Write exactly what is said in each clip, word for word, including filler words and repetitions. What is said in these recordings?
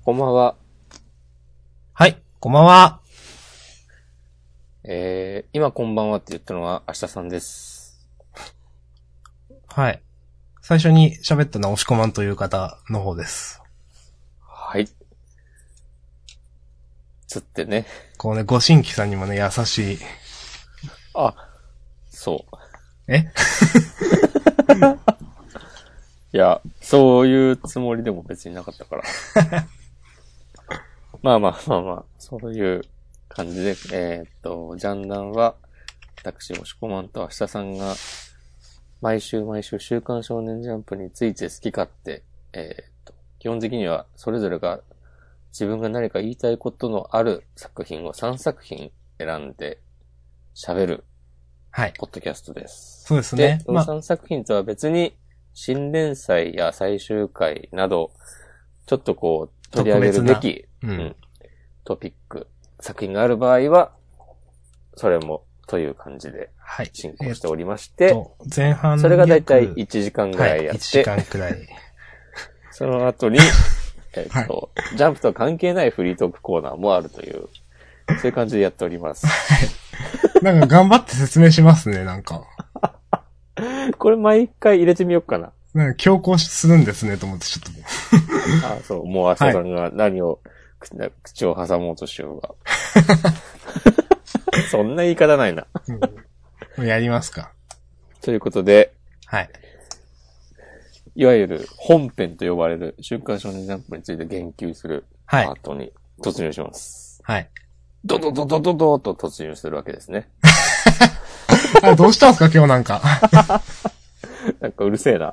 こんばんは。 はい、こんばんは。 えー、今こんばんはって言ったのは明日さんです。 はい。最初に喋ったのは押し込まんという方の方です。 はい。つってね。 こうね、ご新規さんにもね、優しい。 あ、そう。 えいや、そういうつもりでも別になかったから。まあまあまあまあ、そういう感じで、えー、っと、ジャンダンは、私、押し込まんと明日さんが、毎週毎週週刊少年ジャンプについて好き勝手、えー、っと、基本的にはそれぞれが自分が何か言いたいことのある作品をさんさく品選んで喋る、 はい。 ポッドキャストです。 そうですね。 で、そのさんさく品とは別に、新連載や最終回など、ちょっとこう、取り上げるべき、 うんうん、 トピック、作品がある場合は、それも、という感じで、進行しておりまして、 はいえー、前半それがだいたいいちじかんぐらいやって、はい、いちじかんくらい。 その後に、えっと、はい、ジャンプとは関係ないフリートークコーナーもあるという、そういう感じでやっております。 はい。なんか頑張って説明しますね、なんか。 これ毎回入れてみようかな。 なんか強行するんですね、と思ってちょっと。あ、そう、もう明日さんが何を、はい、口を挟もうとしようが。そんな言い方ないな、 うん。やりますか。 ということで、 はい。 いわゆる本編と呼ばれる週刊少年ジャンプについて言及するパートに突入します。 はい。 ドドドドドドと突入するわけですね。 あ、どうしたんすか今日なんか。 なんかうるせえな。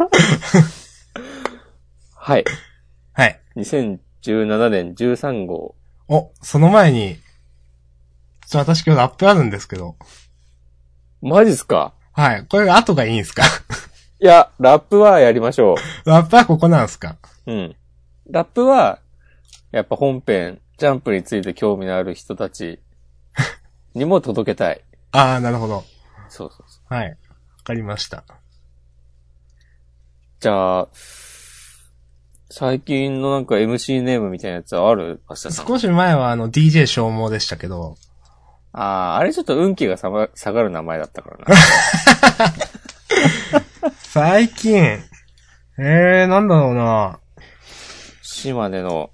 はい。 はい。 にせんじゅうななねんじゅうさん号。 お、その前に、ちょ、私今日ラップあるんですけど。 マジっすか？ はい。これが後がいいんすか？ いや、ラップはやりましょう。ラップはここなんすか？ うん。ラップは、やっぱ本編、ジャンプについて興味のある人たちにも届けたい。 ああ、なるほど。 そうそうそう。 はい。わかりました。 じゃあ、最近のなんか エムシー ネームみたいなやつはある？明日さん。 少し前はあの ディージェー 消耗でしたけど。 ああ、あれちょっと運気が下が下がる名前だったからな。 最近、えー、なんだろうな。 島根の、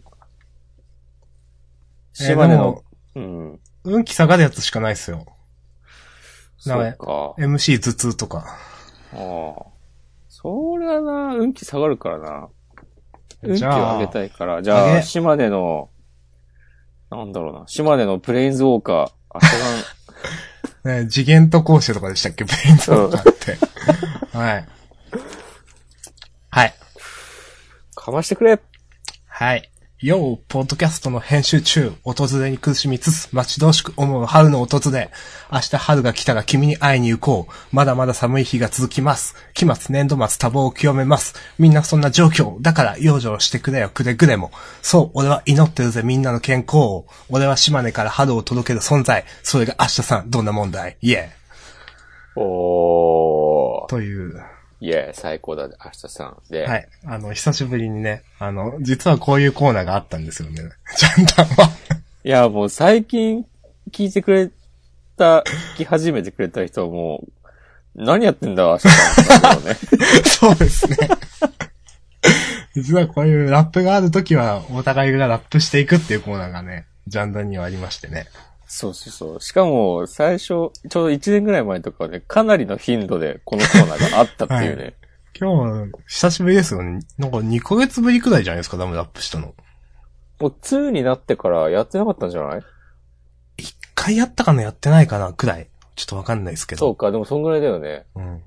島根の、 えー、うん。運気下がるやつしかないっすよ。 そうか。 エムシー 頭痛とか。 ああ。それはな、運気下がるからな。運気を上げたいから。じゃあ、島根の、なんだろうな。島根のプレインズウォーカー、明日さん。ね、次元と講師とかでしたっけプレインズウォーカーって。はい。はい。 かましてくれ。 はい。よう、ポッドキャストの編集中、訪れに苦しみつつ、待ち遠しく思う春の訪れ。明日春が来たら君に会いに行こう。まだまだ寒い日が続きます。期末年度末多忙を清めます。みんなそんな状況。だから養生してくれよ、くれぐれも。そう、俺は祈ってるぜ、みんなの健康を。俺は島根から春を届ける存在。それが明日さん、どんな問題？イエー。おー。 という。 いや、最高だね、明日さん。で。 はい。あの、久しぶりにね、あの、実はこういうコーナーがあったんですよね。ジャンダンは。 いや、もう最近聞いてくれた、聞き始めてくれた人はもう、何やってんだ、明日さん、ね。 そうですね。実はこういうラップがあるときは、お互いがラップしていくっていうコーナーがね、ジャンダンにはありましてね。 そうそうそう。しかも、最初、ちょうどいちねんぐらい前とかはね、かなりの頻度でこのコーナーがあったっていうね。はい、 今日、久しぶりですよね。なんかにかげつぶりくらいじゃないですか、ダムラップしたの。 もうにになってからやってなかったんじゃない？ 一回やったかな、やってないかな、くらい。ちょっとわかんないですけど。 そうか、でもそんぐらいだよね。 うん。い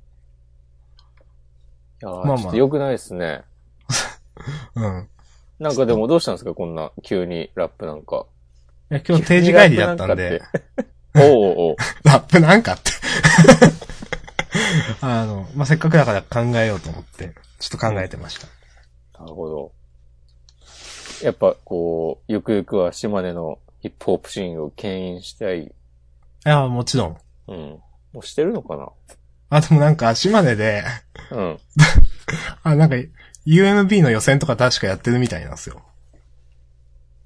やー、まあまあ、ちょっと良くないですね。 うん。 なんかでもどうしたんですか、こんな、急にラップなんか。 いや、今日定時帰りだったんで。 おうおうラップなんかって。あの、まあ、せっかくだから考えようと思って、ちょっと考えてました。 なるほど。やっぱ、こう、ゆくゆくは島根のヒップホップシーンを牽引したい。いや、もちろん。 うん。もうしてるのかな？ あ、でもなんか、島根で、 うん。 あ、なんか、ユーエムビー の予選とか確かやってるみたいなんですよ。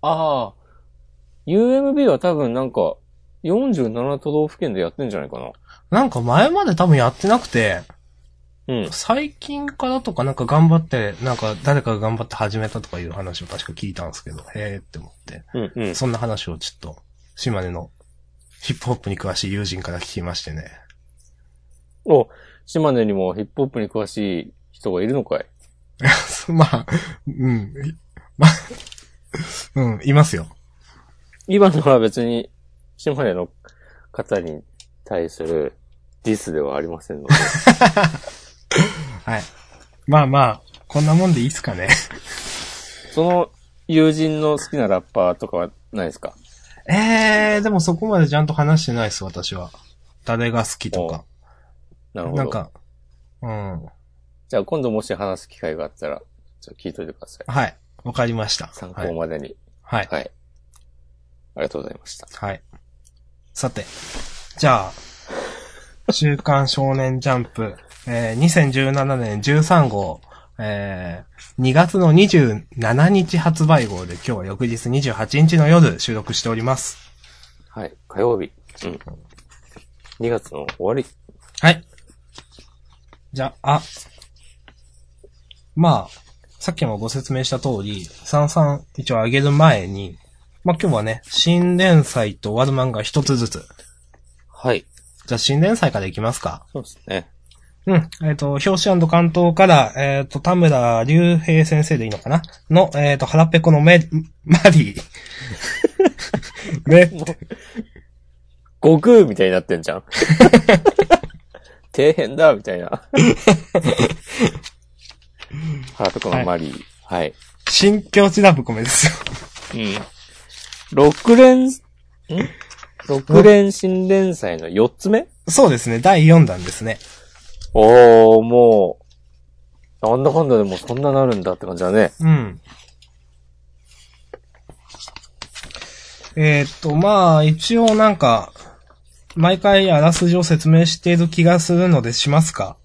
ああ、ユーエムビー は多分なんか、よんじゅうなな都道府県でやってんじゃないかな。 なんか前まで多分やってなくて、 うん。 最近からとかなんか頑張って、なんか誰かが頑張って始めたとかいう話を確か聞いたんですけど、へーって思って。 うんうん。 そんな話をちょっと、島根のヒップホップに詳しい友人から聞きましてね。 お、島根にもヒップホップに詳しい人がいるのかい？ まあ、うん。まあ、うん、いますよ。 今のは別に、島根の方に対するディスではありませんので。 はい。まあまあ、こんなもんでいいっすかね。 その友人の好きなラッパーとかはないですか？ えー、でもそこまでちゃんと話してないです、私は。誰が好きとか。 なるほど。 なんか、うん。 じゃあ今度もし話す機会があったら、ちょっと聞いといてください。 はい。わかりました。 参考までに。 はい。 はい。ありがとうございました。 はい。さて。じゃあ、週刊少年ジャンプ、えー、にせんじゅうななねんじゅうさん号、えー、にがつのにじゅうしちにち発売号で今日は翌日にじゅうはちにちの夜収録しております。 はい。火曜日。うん。にがつの終わり。 はい。じゃあ、あ、まあ、さっきもご説明した通り、さんさん一応上げる前に、まあ今日はね、新連載とワルマンが一つずつ。 はい。 じゃあ新連載からいきますか。 そうですね。 うん。えっ、ー、と、表紙関東から、えっ、ー、と、田村隆平先生でいいのかなの、えっ、ー、と、腹ペコのメ、マリー。ね。 悟空みたいになってんじゃん。底辺だみたいな。腹ペコのマリー。はい。はい、 新境地ラブコメですよ。 うん。六連、ん六連新連載の四つ目？ そうですね。だいよんだんですね。 おー、もう、なんだかんだでもそんななるんだって感じだね。 うん。えー、っと、まあ、一応なんか、毎回あらすじを説明している気がするのでしますか？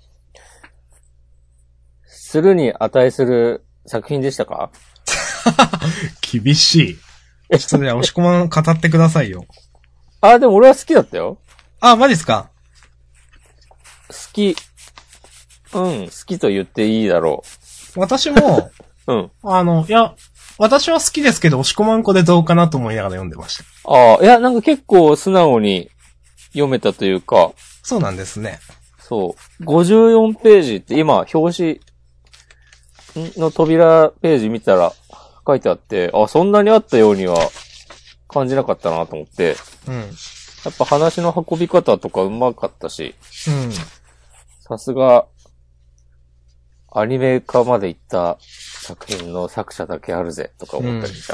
するに値する作品でしたか？ 厳しい。ちょっとね、押し込まん語ってくださいよ。 あ、でも俺は好きだったよ。 あ、マジっすか？ 好き。うん、好きと言っていいだろう。私も、 うん。 あの、いや、私は好きですけど、押し込まんこでどうかなと思いながら読んでました。 ああ、いや、なんか結構素直に読めたというか。 そうなんですね。 そう。ごじゅうよんページって今、表紙の扉ページ見たら書いてあって、あ、そんなにあったようには感じなかったなと思って。 うん。 やっぱ話の運び方とかうまかったし。 うん。 さすが、アニメ化まで行った作品の作者だけあるぜ、とか思ったりした。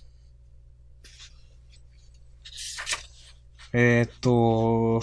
うん、えー、っと、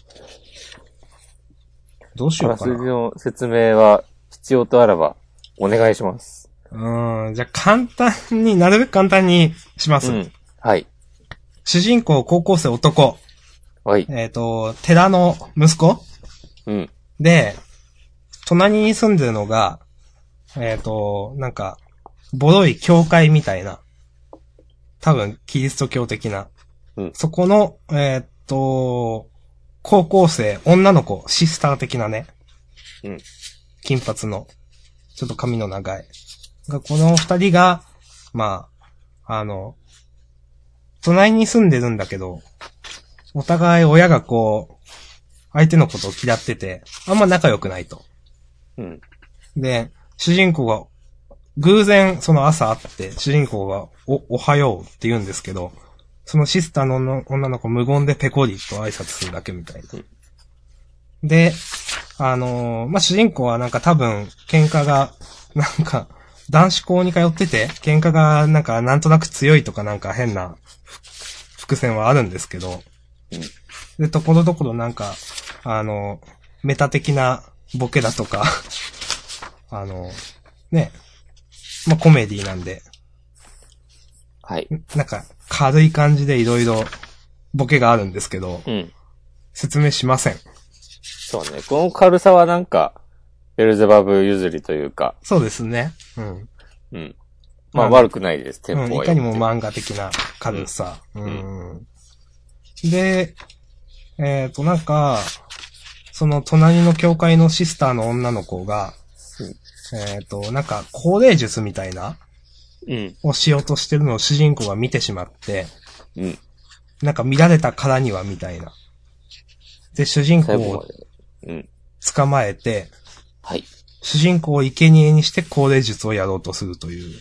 どうしようかな。 あらすじの説明は必要とあらば、お願いします。 うん、じゃあ簡単に、なるべく簡単にします。うん。 はい。 主人公、高校生男。 はい。 えー、っと、寺の息子うん。 で、隣に住んでるのが、えっ、ー、と、なんか、ボロい教会みたいな。多分、キリスト教的な。 うん。 そこの、えっ、ー、と、高校生、女の子、シスター的なね。 うん。 金髪の、ちょっと髪の長い。が、この二人が、まあ、あの、隣に住んでるんだけど、お互い親がこう、相手のことを嫌ってて、あんま仲良くないと。 うん。 で、主人公が、偶然その朝会って、主人公が、お、おはようって言うんですけど、そのシスターの女の子無言でペコリと挨拶するだけみたいな。で、あのー、まあ、主人公はなんか多分、喧嘩が、なんか、男子校に通ってて、喧嘩がなんかなんとなく強いとかなんか変な、伏線はあるんですけど、で、ところどころなんか、あの、メタ的なボケだとか、あの、ね、まあ、コメディなんで、 はい。 なんか、軽い感じでいろいろボケがあるんですけど、 うん。 説明しません。 そうね。この軽さはなんか、ベルゼバブ譲りというか。 そうですね。うん。 うん。 まあ悪くないです、テンポはうん、 よくて。 いかにも漫画的な軽さ。うん。うん、で、えっと、なんか、その隣の教会のシスターの女の子が、うん、えっと、なんか、高齢術みたいな、 うん。 をしようとしてるのを主人公が見てしまって、 うん。 なんか見られたからにはみたいな。で、主人公を捕まえて、 はい。 主人公を生贄にして高齢術をやろうとするという。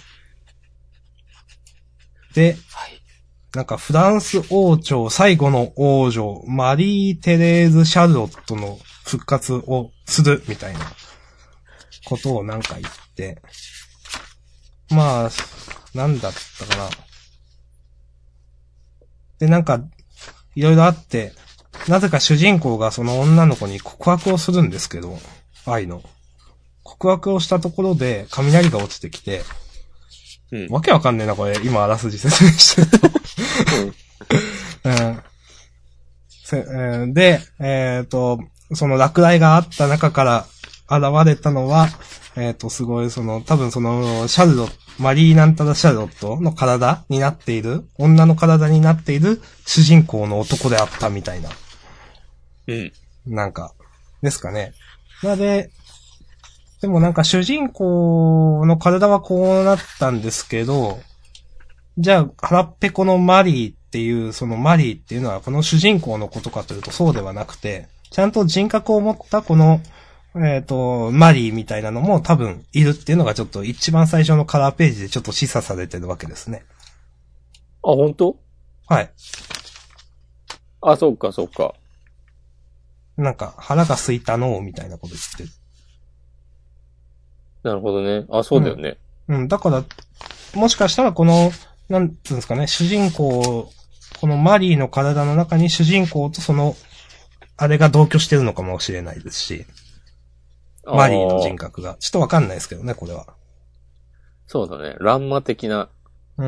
で、 はい、 なんかフランス王朝最後の王女、マリー・テレーズ・シャルロットの復活をするみたいなことをなんか言って、まあ、なんだったかな。で、なんか、いろいろあって、なぜか主人公がその女の子に告白をするんですけど、愛の。告白をしたところで雷が落ちてきて、うん、わけわかんねえな、これ。今、あらすじ説明してると。うんせえー、で、えっ、ー、と、その落雷があった中から現れたのは、えっ、ー、と、すごい、その、多分その、シャルロット、マリーなんたらシャルロットの体になっている、女の体になっている主人公の男であったみたいな。 うん。 なんか、ですかね。なので、でもなんか主人公の体はこうなったんですけど、じゃあ腹っぺこのマリーっていう、そのマリーっていうのはこの主人公のことかというとそうではなくて、ちゃんと人格を持ったこの、えっと、マリーみたいなのも多分いるっていうのがちょっと一番最初のカラーページでちょっと示唆されてるわけですね。 あ、本当？ はい。 あ、そうか、そうか。 なんか腹が空いたのみたいなこと言ってる。 なるほどね。あ、そうだよね。 うん、うん、だから、もしかしたらこの、なんつうんですかね、主人公、このマリーの体の中に主人公とその、あれが同居してるのかもしれないですし、マリーの人格が。ちょっとわかんないですけどね、これは。 そうだね。乱魔的な、 うん。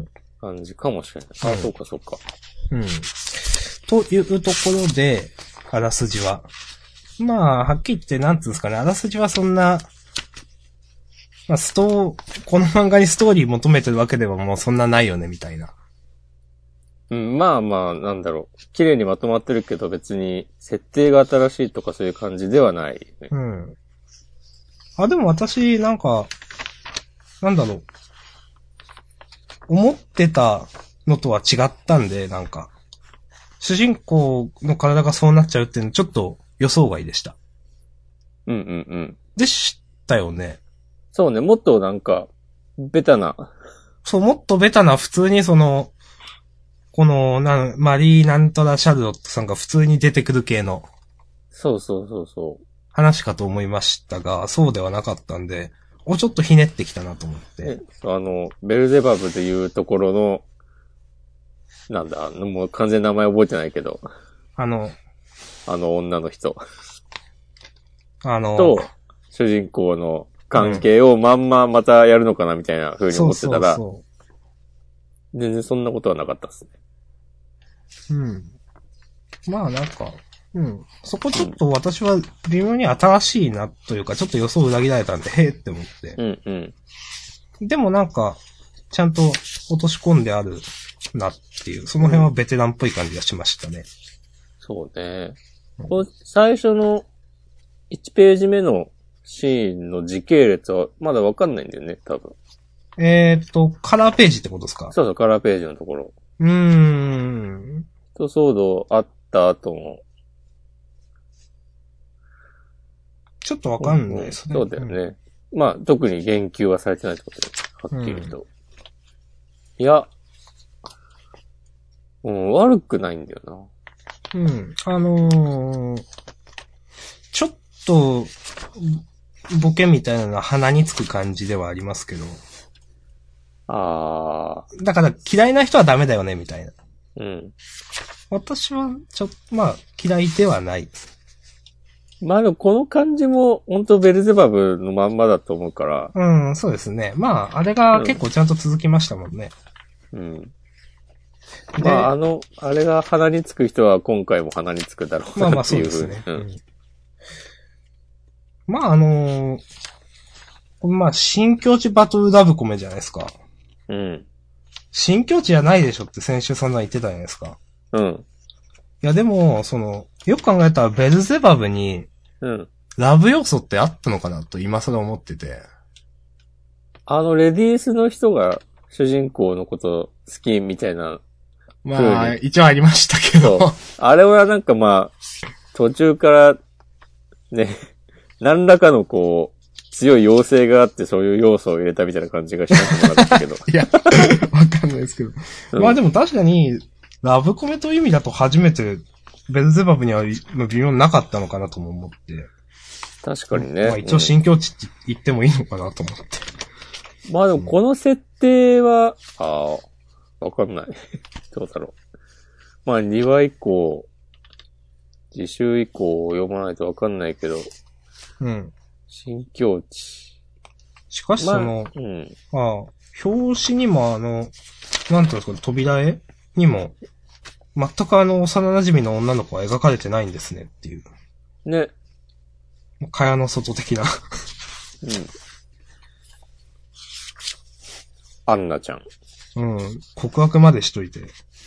感じかもしれない。うん、あ、そうか、そうか。 うん。というところで、あらすじは。まあ、はっきり言って、なんつうんですかね、あらすじはそんな、まあ、ストー、この漫画にストーリー求めてるわけではもうそんなないよね、みたいな。 うん、まあまあ、なんだろう。綺麗にまとまってるけど別に、設定が新しいとかそういう感じではない、ね。 うん。あ、でも私、なんか、なんだろう。思ってたのとは違ったんで、なんか、主人公の体がそうなっちゃうっていうのちょっと予想外でした。 うんうんうん。 でしたよね。 そうね、もっとなんか、ベタな。 そう、もっとベタな普通にその、この、なん、マリーなんとらシャルロットさんが普通に出てくる系の。 そうそうそうそう。 話かと思いましたが、そうではなかったんで、お、ちょっとひねってきたなと思って。 あの、ベルゼバブでいうところの、なんだ、もう完全名前覚えてないけど。 あの、 あの女の人。 あの、 と、主人公の関係をまんままたやるのかなみたいな風に思ってたら、そうそうそう、全然そんなことはなかったですね。 うん。まあなんか、うん。そこちょっと私は微妙に新しいなというか、ちょっと予想裏切られたんで、へーって思って。 うんうん。 でもなんか、ちゃんと落とし込んであるなっていう、その辺はベテランっぽい感じがしましたね。うん、 そうね。こ最初のいちページ目のシーンの時系列はまだわかんないんだよね、多分。 えーっと、カラーページってことですか？ そうそう、カラーページのところ。 うーん。 と騒動あった後も。ちょっとわかんないですね。 そうだよね。うん、まあ、特に言及はされてないってことで、はっきりと。うん、いや、うん、悪くないんだよな。うん。あのー、ちょっと、ボケみたいなのは鼻につく感じではありますけど。 ああ。だから嫌いな人はダメだよね、みたいな。 うん。 私は、ちょっと、まあ、嫌いではない。 まあでもこの感じも、本当ベルゼバブのまんまだと思うから。 うん、そうですね。まあ、あれが結構ちゃんと続きましたもんね。 うん。うん、まあ、あの、あれが鼻につく人は今回も鼻につくだろうなっていうふうに。まあまあそうですね。うん。 まああのー、まあ、新境地バトルラブコメじゃないですか。 うん。 新境地じゃないでしょって先週そんな言ってたじゃないですか。 うん。 いやでも、その、よく考えたらベルゼバブに、 うん。 ラブ要素ってあったのかなと今更思ってて。 あの、レディースの人が主人公のこと好きみたいな。 まあ、一応ありましたけど。 あれはなんかまあ、途中から、ね、何らかのこう、強い要請があってそういう要素を入れたみたいな感じがしなくもなかったけど。 いや、わかんないですけど。うん、まあでも確かに、ラブコメという意味だと初めて、ベルゼバブには微妙になかったのかなとも思って。 確かにね。 まあ一応新境地って言ってもいいのかなと思って。 うん、まあでもこの設定は、ああ、わかんない。どうだろう。まあにわ以降、次週以降を読まないとわかんないけど。 うん。 新境地。 しかしその、 まあ、うん。 ああ、表紙にもあの、なんていうんですか、扉絵にも、全くあの、幼馴染の女の子は描かれてないんですねっていう。 ね。 蚊帳の外的な。 うん。アンナちゃん。 うん。告白までしといて。うん。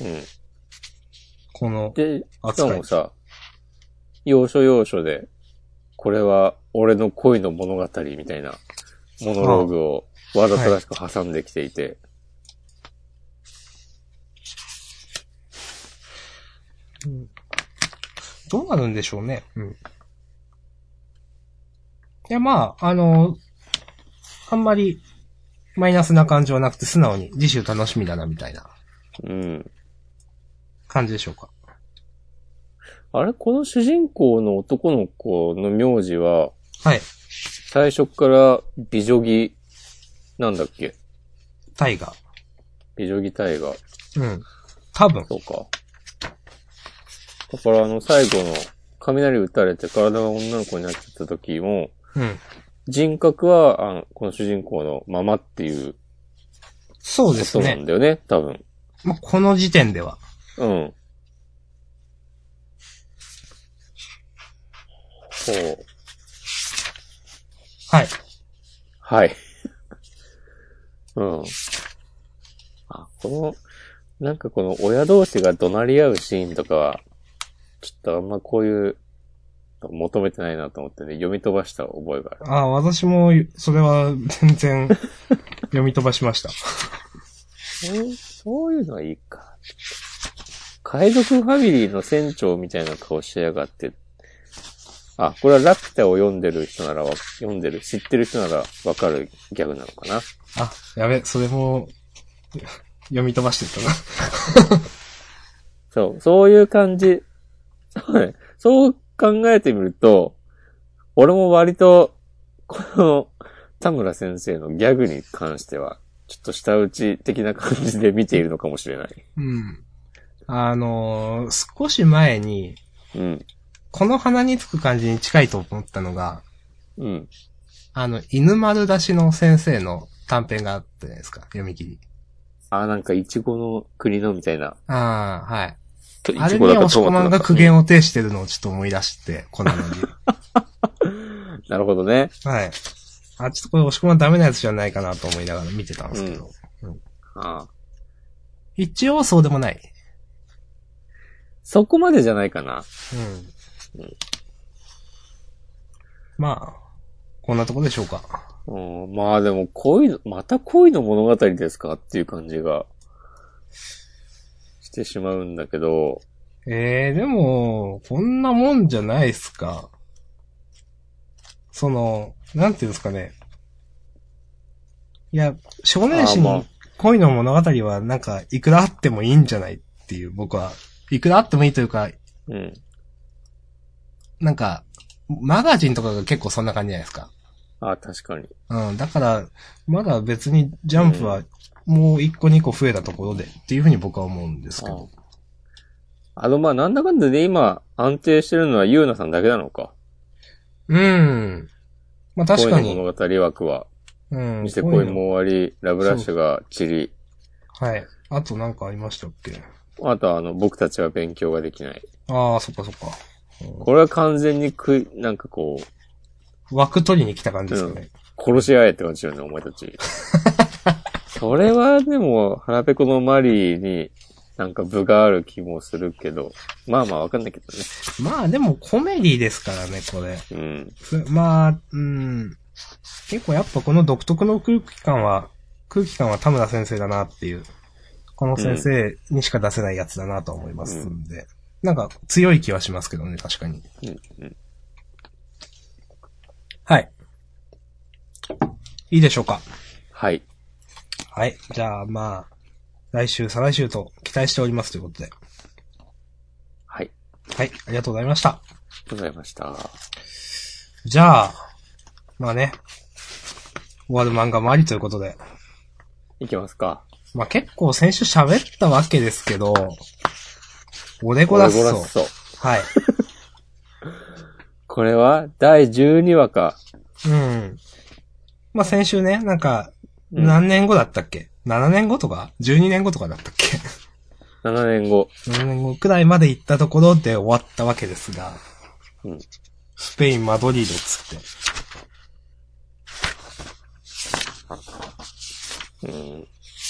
この、 で、しかもさ、要所要所で、これは俺の恋の物語みたいなモノローグをわざとらしく挟んできていて。はい、 うん、どうなるんでしょうね。うん。いや、まあ、あの、あんまりマイナスな感情はなくて素直に次週楽しみだなみたいな。 うん。 感じでしょうか。 あれこの主人公の男の子の名字は、 はい。 最初から美女木なんだっけ？ タイガ。 美女木タイガ。 うん。多分。 そうか。だからあの最後の雷打たれて体が女の子になっちゃった時も、 うん。 人格はあのこの主人公のままっていうそうですね。 ことなんだよね、多分。 まあ、この時点では。 うん。そう。 はい。 はい。うん。あ、この、なんかこの親同士が怒鳴り合うシーンとかは、ちょっとあんまこういう、求めてないなと思ってね、読み飛ばした覚えがある。 ああ、私も、それは全然、読み飛ばしました。 そう、そういうのはいいか。海賊ファミリーの船長みたいな顔しやがって、あ、これはラピュタを読んでる人ならわ、読んでる、知ってる人ならわかるギャグなのかな。 あ、やべ、それも、読み飛ばしてたな。 そう、そういう感じ。そうね。そう考えてみると、俺も割と、この、田村先生のギャグに関しては、ちょっと舌打ち的な感じで見ているのかもしれない。 うん。あのー、少し前に、 うん。 この鼻につく感じに近いと思ったのが、 うん。 あの、犬丸出しの先生の短編があったじゃないですか、読み切り。 あ、なんか、いちごの国のみたいな。 ああ、はい。 あれに押し込まんが苦言を呈してるのをちょっと思い出して、こののに。 なるほどね。 はい。あ、ちょっとこれ押し込まんダメなやつじゃないかなと思いながら見てたんですけど。うん。うん、 ああ一応そうでもない。 そこまでじゃないかな。 うん。うん、まあ、こんなとこでしょうか。 うん、まあでも恋の、また恋の物語ですかっていう感じがしてしまうんだけど。 ええー、でも、こんなもんじゃないっすか。その、なんていうんですかね。いや、少年誌に恋の物語はなんか、いくらあってもいいんじゃないっていう、僕は。いくらあってもいいというか、 うん。 なんか、マガジンとかが結構そんな感じじゃないですか。 ああ、確かに。 うん。だから、まだ別にジャンプはもう一個二個増えたところでっていうふうに僕は思うんですけど。 あの、まあ、なんだかんだで今安定してるのはゆうなさんだけなのか。 うん。まあ確かに。 恋の物語枠は。 うん。 ニセ恋も終わり、ラブラッシュが散り。 はい。あとなんかありましたっけ？ あとはあの、僕たちは勉強ができない。 ああ、そっかそっか。 うん、これは完全にくい、なんかこう。 枠取りに来た感じですかね。 うん、殺し合えって感じだよね、お前たち。 それはでも、腹ペコのマリーになんか部がある気もするけど、まあまあわかんないけどね。 まあでもコメディですからね、これ。 うん。 まあ、うん。結構やっぱこの独特の空気感は、空気感は田村先生だなっていう。この先生にしか出せないやつだなと思いますんで。うん、なんか強い気はしますけどね、確かに。 うんうん、 はい。いいでしょうか。 はい。 はい。じゃあまあ、来週、再来週と期待しておりますということで。 はい。 はい。ありがとうございました。ありがとうございました。 じゃあ、まあね、終わる漫画もありということで。 いきますか。 まあ結構先週喋ったわけですけど、オレゴラッソ。オレゴラッソ。はい。 これはだいじゅうにわか。 うん。まあ先週ね、なんか、何年後だったっけ、うん、?なな 年後とか ?じゅうに 年後とかだったっけななねんご。 ななねんごくらいまで行ったところで終わったわけですが、 うん、 スペイン、マドリードっつって。うん、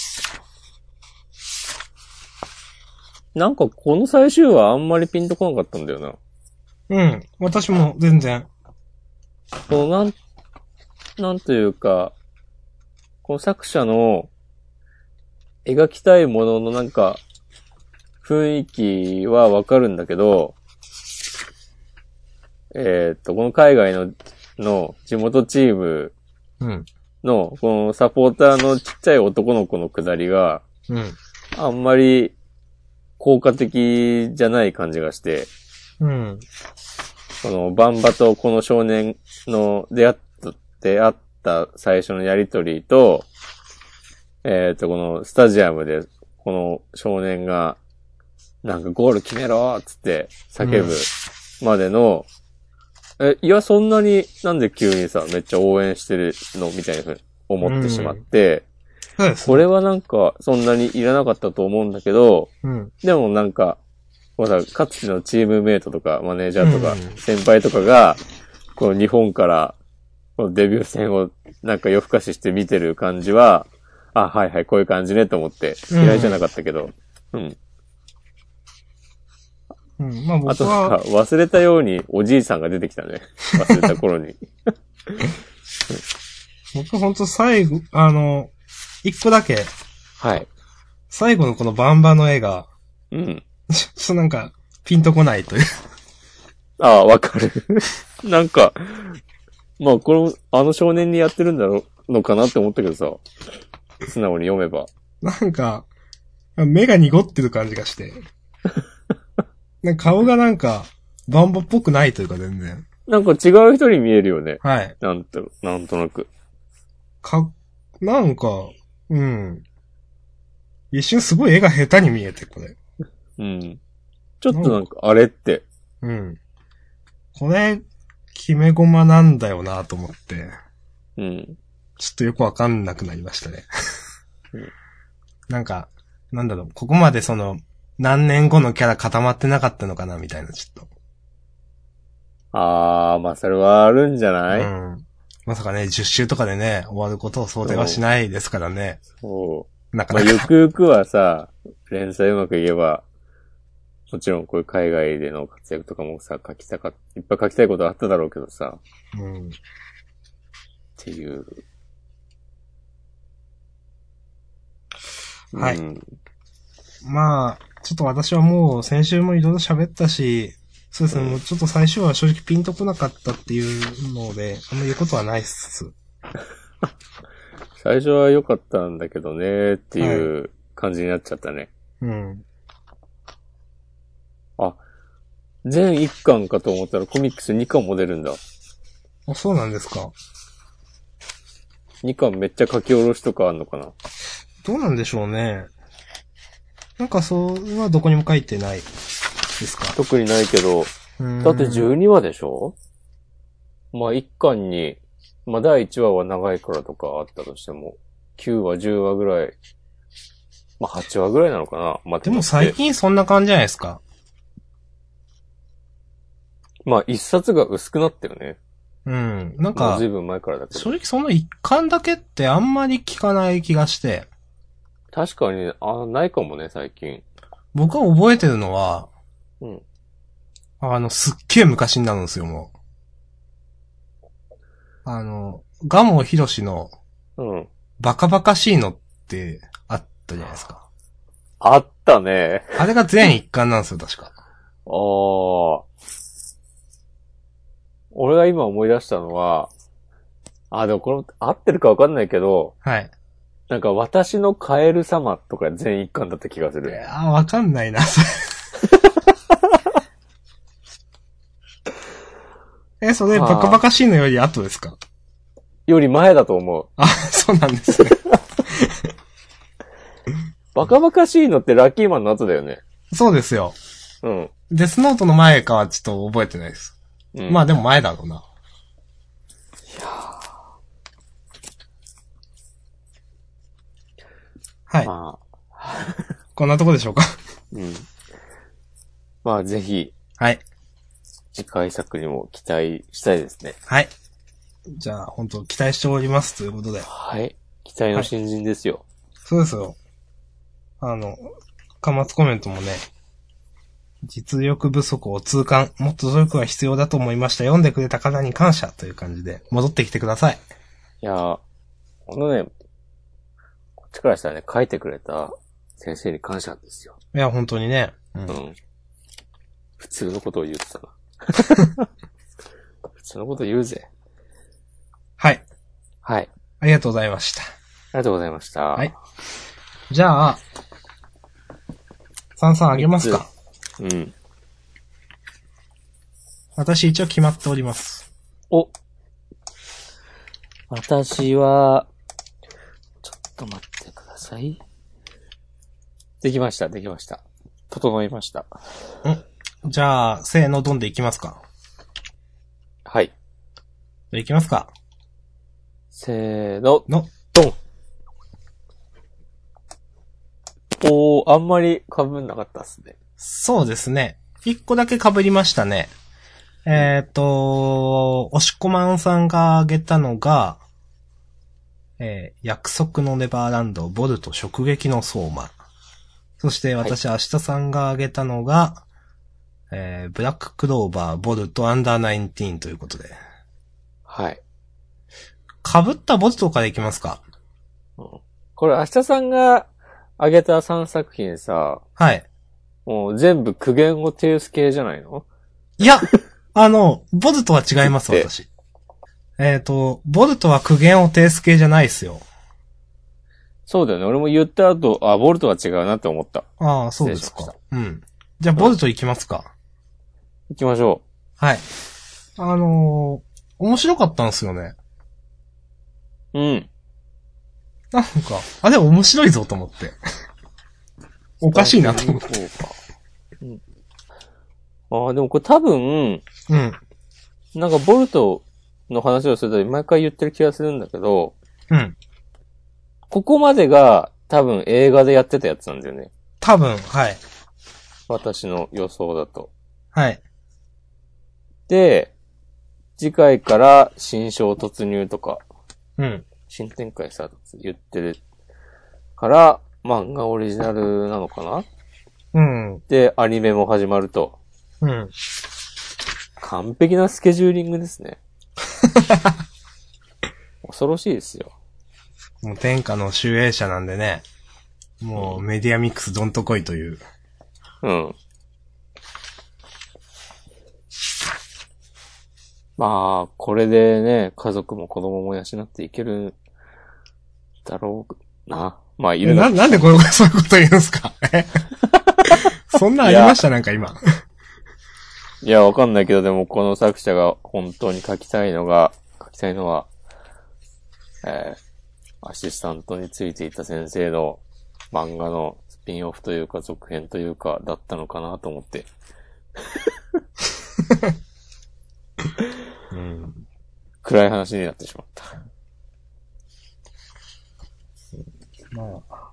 なんかこの最終話あんまりピンとこなかったんだよな。 うん。私も全然。 このなん、なんというか、この作者の描きたいもののなんか雰囲気はわかるんだけど、えー、っと、この海外の、の地元チームの、このサポーターのちっちゃい男の子のくだりが、 うん、 あんまり効果的じゃない感じがして、 うん、 このバンバとこの少年の出会った、出会った最初のやりとりと、えっと、このスタジアムでこの少年がなんかゴール決めろーっつって叫ぶまでの、うん、え、いやそんなになんで急にさ、めっちゃ応援してるのみたいなふうに思ってしまって、うん、これはなんかそんなにいらなかったと思うんだけど、 うん、 でもなんか、まだかつてのチームメイトとかマネージャーとか先輩とかが、この日本からこのデビュー戦をなんか夜更かしして見てる感じは、あ、はいはい、こういう感じねと思って嫌いじゃなかったけど、うん。 うん、まあ僕は。 あとなんか忘れたようにおじいさんが出てきたね。忘れた頃に。 僕ほんと最後、あの、一個だけ。 はい。 最後のこのバンバの絵が。 うん。 ちょっとなんか、ピンとこないという。 ああ、わかる。なんか、まあ、この、あの少年にやってるんだろうのかなって思ったけどさ、素直に読めば。 なんか、目が濁ってる感じがして。なんか顔がなんか、バンバっぽくないというか全然。 なんか違う人に見えるよね。 はい。 なんと、なんとなく。 か、なんか、うん。一瞬すごい絵が下手に見えて、これ。 うん。ちょっとなんか、あれって。 うん。これ、決め駒なんだよなと思って。 うん。 ちょっとよくわかんなくなりましたね。 うん、 なんか、なんだろう、ここまでその、何年後のキャラ固まってなかったのかなみたいな、ちょっと。 あー、まあそれはあるんじゃない？うん。 まさかね、じゅっ週とかでね、終わることを想定はしないですからね。 そう。 なかなか。 まあ、ゆくゆくはさ、連載うまくいけば、もちろんこういう海外での活躍とかもさ、書きたか、いっぱい書きたいことあっただろうけどさ。 うん。 っていう。 はい。うん、まあ、ちょっと私はもう先週もいろいろ喋ったし、そうですね、うん、もうちょっと最初は正直ピンとこなかったっていうので、あんま言うことはないっす。 最初は良かったんだけどね、っていう感じになっちゃったね。 はい、うん。 あ、全いっかんかと思ったらコミックスにかんも出るんだ。 あ、そうなんですか。 にかんめっちゃ書き下ろしとかあんのかな。 どうなんでしょうね。なんかそうはどこにも書いてないですか。 特にないけど、だってじゅうにわでしょ？まあいっかんに、まあだいいちわは長いからとかあったとしても、きゅうわ、じゅうわぐらい、まあはちわぐらいなのかな。まあ、 でも最近そんな感じじゃないですか。 まあ一冊が薄くなったよね。 うん。なんか、 ずいぶん前からだけど。 正直その一巻だけってあんまり聞かない気がして。 確かに、あ、ないかもね、最近。 僕は覚えてるのは、 うん。 あの、すっげえ昔になるんですよ、もう。あの、ガモヒロシのうん。 バカバカしいのってあったじゃないですか。 あったね。 あれが全一巻なんですよ、確か。 ああ。俺が今思い出したのは、あ、でもこれ合ってるかわかんないけど、 はい。 なんか私のカエル様とか全一巻だった気がすいる。 やー、わかんないな。え、それバカバカしいのより後ですか？ より前だと思う。 あ、そうなんですね。 バカバカしいのってラッキーマンの後だよね。 そうですよ。 うん。 デスノートの前かはちょっと覚えてないです。 うん、 まあでも前だろうな。 いやはい。 まあ、 こんなとこでしょうか。 うん。まあぜひ、 はい。 次回作にも期待したいですね。 はい。じゃあ、本当期待しておりますということで。 はい。期待の新人ですよ。はい、 そうですよ。あの、端末コメントもね、実力不足を痛感、もっと努力が必要だと思いました。読んでくれた方に感謝という感じで、戻ってきてください。 いやー、このね、こっちからしたらね、書いてくれた先生に感謝ですよ。 いや、本当にね。うん。うん、 普通のことを言ってたな。普通のこと言うぜ。 はい。 はい。 ありがとうございました。ありがとうございました。 はい。じゃあ、さんさんあげますか？ うん。 私一応決まっております。 お。私は、ちょっと待ってください。できました、できました。整いました。 んじゃあ、せーの、ドンでいきますか？ はい。 じゃあいきますか？ せーの、 の、 ドン。おー、あんまり被んなかったっすね。 そうですね。一個だけ被りましたね。えっ、ー、と、おしこまんさんが挙げたのが、えー、約束のネバーランド、ボルト直撃の相馬。そして私、はい、明日さんが挙げたのが、えー、ブラッククローバー、ボルト、アンダーナインティーンということで。 はい。 被ったボルトからいきますか？ うん、これ、明日さんが挙げたさんさく品さ、 はい。 もう全部苦言を呈す系じゃないの？ いや、あの、ボルトは違います、私。えっ、ー、と、ボルトは苦言を呈す系じゃないですよ。 そうだよね。俺も言った後、あ、ボルトは違うなって思った。 ああ、そうですか。うん。じゃあ、ボルトいきますか、 うん、行きましょう。はい。あのー、面白かったんですよね。 うん。 なんか、あれ面白いぞと思って。おかしいなと思って。 うん、ああ、でもこれ多分、 うん。 なんかボルトの話をすると毎回言ってる気がするんだけど、 うん。 ここまでが多分映画でやってたやつなんだよね。 多分、はい。 私の予想だと。 はい。 で、次回から新章突入とか、 うん。 新展開さ、言ってるから、漫画オリジナルなのかな？ うん。 で、アニメも始まると。 うん。 完璧なスケジューリングですね。恐ろしいですよ。 もう天下の集英社なんでね。もうメディアミックスどんとこいという。 うん。まあ、これでね、家族も子供も養っていけるだろうな。まあ、いるな、なんでこのそういうこと言うんすかそんなありましたなんか今。 いや、わかんないけど、でもこの作者が本当に書きたいのが、書きたいのは、えー、アシスタントについていた先生の漫画のスピンオフというか続編というかだったのかなと思って。うん、暗い話になってしまった。 まあ。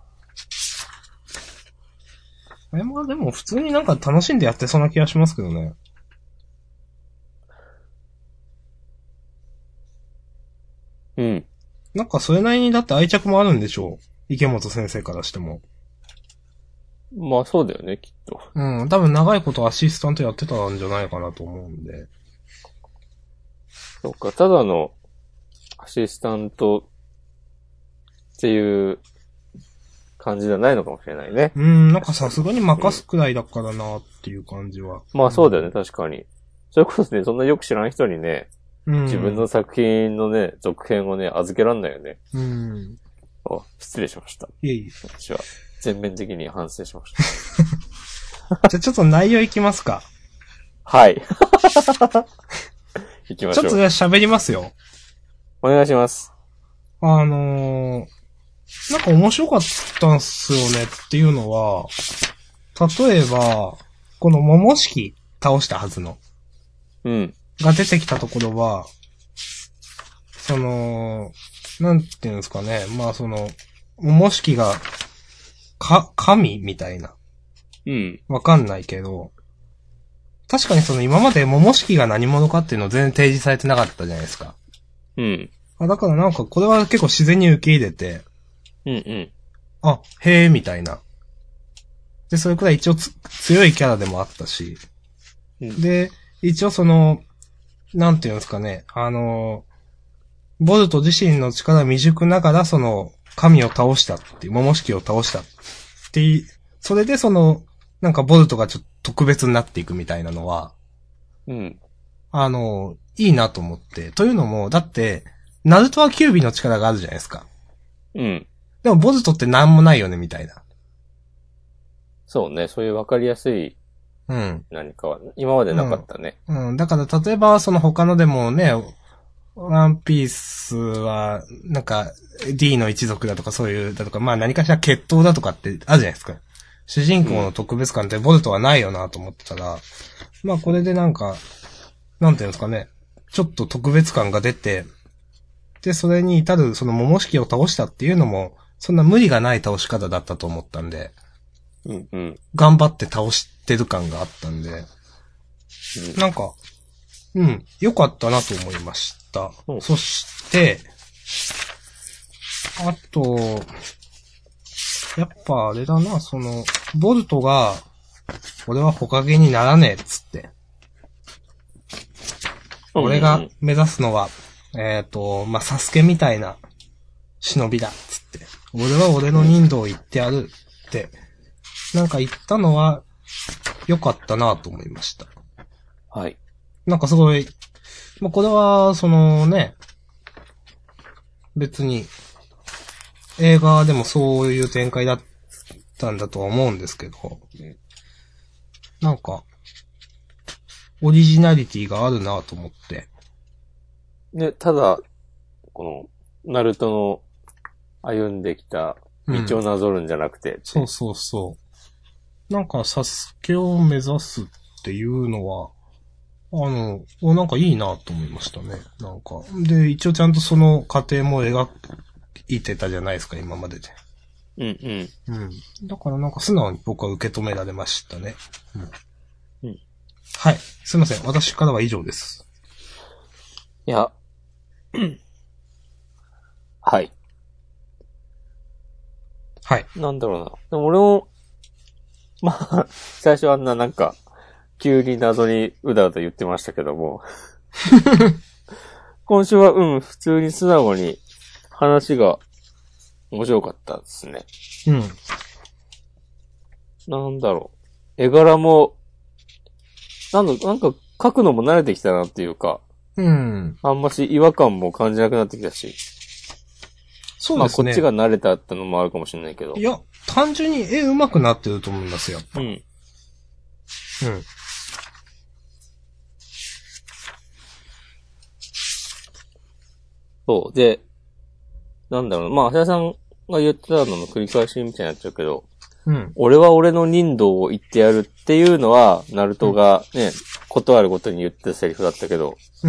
あれもでも普通になんか楽しんでやってそうな気がしますけどね。 うん。 なんかそれなりにだって愛着もあるんでしょう。 池本先生からしても。 まあそうだよね、きっと。 うん。多分長いことアシスタントやってたんじゃないかなと思うんで。 そっか、ただのアシスタントっていう感じじゃないのかもしれないね。 うん、なんかさすがに任すくらいだからなっていう感じは。 まあそうだよね、確かに。それこそね、そんなよく知らん人にね、 うん、 自分の作品のね、続編をね、預けらんないよね。 うん。 あ、失礼しました。 いえいえ。 私は全面的に反省しました。 じゃあちょっと内容いきますか。 はい。行きましょう。 ちょっとじゃあ喋りますよ。 お願いします。 あのー、なんか面白かったんすよねっていうのは、例えば、この桃式倒したはずの、 うん。 が出てきたところは、その、なんていうんですかね、まあその、桃式が、か、神みたいな。 うん。 わかんないけど、確かにその今まで桃式が何者かっていうのを全然提示されてなかったじゃないですか。 うん。 あ、だからなんかこれは結構自然に受け入れて、 うんうん。 あ、へえ、みたいな。で、それくらい一応つ強いキャラでもあったし、 うん、 で、一応その、なんていうんですかね、あの、ボルト自身の力未熟ながらその、神を倒したっていう、桃式を倒したっていう、それでその、なんかボルトがちょっと特別になっていくみたいなのは、 うん。 あの、いいなと思って。というのも、だって、ナルトはキュービの力があるじゃないですか。 うん。 でもボルトってなんもないよね、みたいな。 そうね、そういうわかりやすいうん。 何かは、今までなかったね。 うん。うん。だから例えば、その他のでもね、ワンピースは、なんか、D の一族だとかそういう、だとか、まあ何かしら決闘だとかってあるじゃないですか。主人公の特別感ってボルトはないよなと思ってたら、うん、まあこれでなんか、なんていうんですかね、ちょっと特別感が出て、で、それに至るその桃式を倒したっていうのも、そんな無理がない倒し方だったと思ったんで、 うんうん。 頑張って倒してる感があったんで、うん、なんか、うん、良かったなと思いました。うん、そして、あと、やっぱあれだな、その、ボルトが、俺は火影にならねえっつって。うんうん、俺が目指すのは、えっと、まあ、サスケみたいな忍びだっつって。俺は俺の人道を言ってやるって、なんか言ったのは良かったなと思いました。 はい。 なんかすごい、まあ、これは、そのね、別に、映画でもそういう展開だったんだとは思うんですけど、なんか、オリジナリティがあるなと思って。 で、ただ、この、ナルトの歩んできた道をなぞるんじゃなくて、うん、 そうそうそう。なんか、サスケを目指すっていうのは、あの、なんかいいなと思いましたね。なんか。で、一応ちゃんとその過程も描いてたじゃないですか、今までで。 うんうん。 うん。だからなんか素直に僕は受け止められましたね。 うん。うん。 はい。すいません。私からは以上です。 いや。はい。 はい。 なんだろうな。でも俺も、まあ、最初あんななんか、急に謎にうだうだ言ってましたけども。今週はうん、普通に素直に話が面白かったですね。 うん。 なんだろう。絵柄も、なんだ、なんか描くのも慣れてきたなっていうか。 うん。 あんまし違和感も感じなくなってきたし。 そうですね。 まあこっちが慣れたってのもあるかもしれないけど。 いや、単純に絵上手くなってると思いますよ。 うん。うん。そう。で、なんだろう。まあ、橋田さんが言ってたのの繰り返しみたいになっちゃうけど、 うん。 俺は俺の人道を言ってやるっていうのは、ナルトがね、うん、ことあるごとに言ってたセリフだったけど、 うん。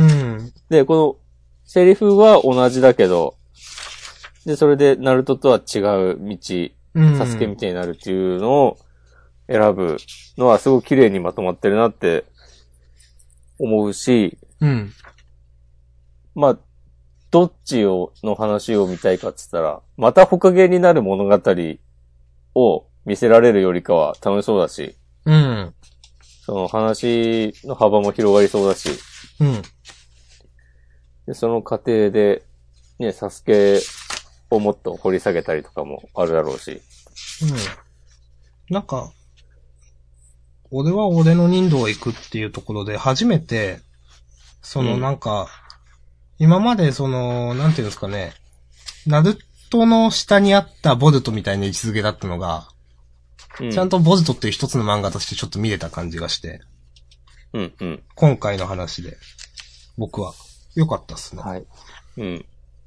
で、このセリフは同じだけど、で、それでナルトとは違う道、うん、サスケみたいになるっていうのを選ぶのはすごく綺麗にまとまってるなって思うし、 うん。 まあ、 どっちを、の話を見たいかって言ったら、また他芸になる物語を見せられるよりかは楽しそうだし、 うん。 その話の幅も広がりそうだし、 うん。 でその過程で、ね、サスケをもっと掘り下げたりとかもあるだろうし。 うん。なんか、俺は俺の人道へ行くっていうところで初めて、そのなんか、うん、今までその、なんていうんですかね、ナルトの下にあったボルトみたいな位置づけだったのが、うん、ちゃんとボルトっていう一つの漫画としてちょっと見れた感じがして、 うんうん、 今回の話で、僕は良かったっすね。 はい。うん。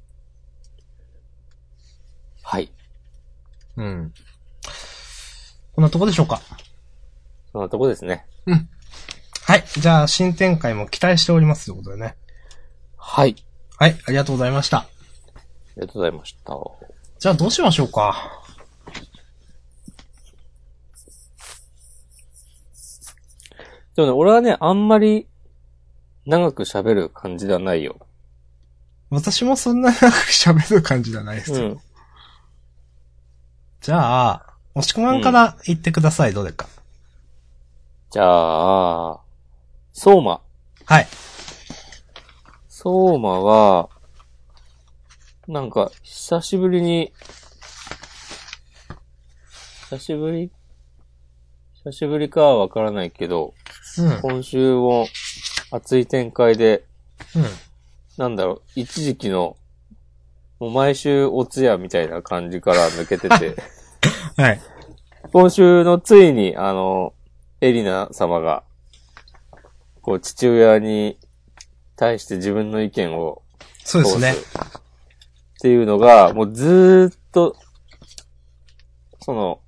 はい。 うん。こんなとこでしょうか。 そんなとこですね。 うん。はい。じゃあ、新展開も期待しておりますということでね。 はい。 はい。ありがとうございました。ありがとうございました。 じゃあ、どうしましょうか。 でもね、俺はね、あんまり長く喋る感じではないよ。 私もそんな長く喋る感じではないですよ。うん、じゃあ、押し込まんから言ってください、うん、どれか。 じゃあ、相馬。 はい。 相馬は、なんか、久しぶりに、久しぶり久しぶりかはわからないけど、うん、今週も熱い展開で、うん、なんだろう、一時期の、もう毎週おつやみたいな感じから抜けてて、 はい。 今週のついに、あの、エリナ様が、こう、父親に対して自分の意見をそうですね。 っていうのが、もうずーっと、その、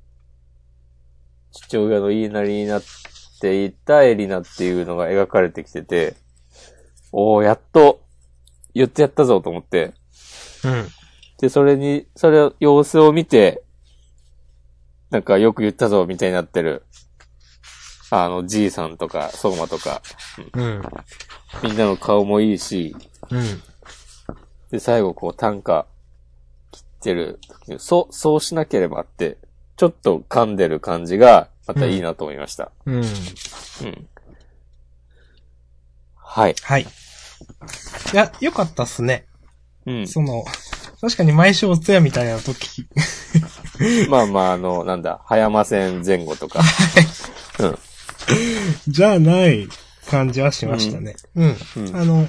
父親の言いなりになっていたエリナっていうのが描かれてきてて、おー、やっと、言ってやったぞと思って。 うん。 で、それに、それを、様子を見て、なんかよく言ったぞみたいになってる、あの、じいさんとか、相馬とか、 うん。 みんなの顔もいいし、 うん。 で、最後こう短歌切ってる時に、そう、そうしなければって、ちょっと噛んでる感じが、またいいなと思いました。 うん。うん。 うん、はい。 はい。いや、よかったっすね。 うん。 その、確かに毎週おつやみたいな時。 まあまあ、あの、なんだ、葉山線前後とか。うん。 じゃあない感じはしましたね。うん。うん、あの、うん。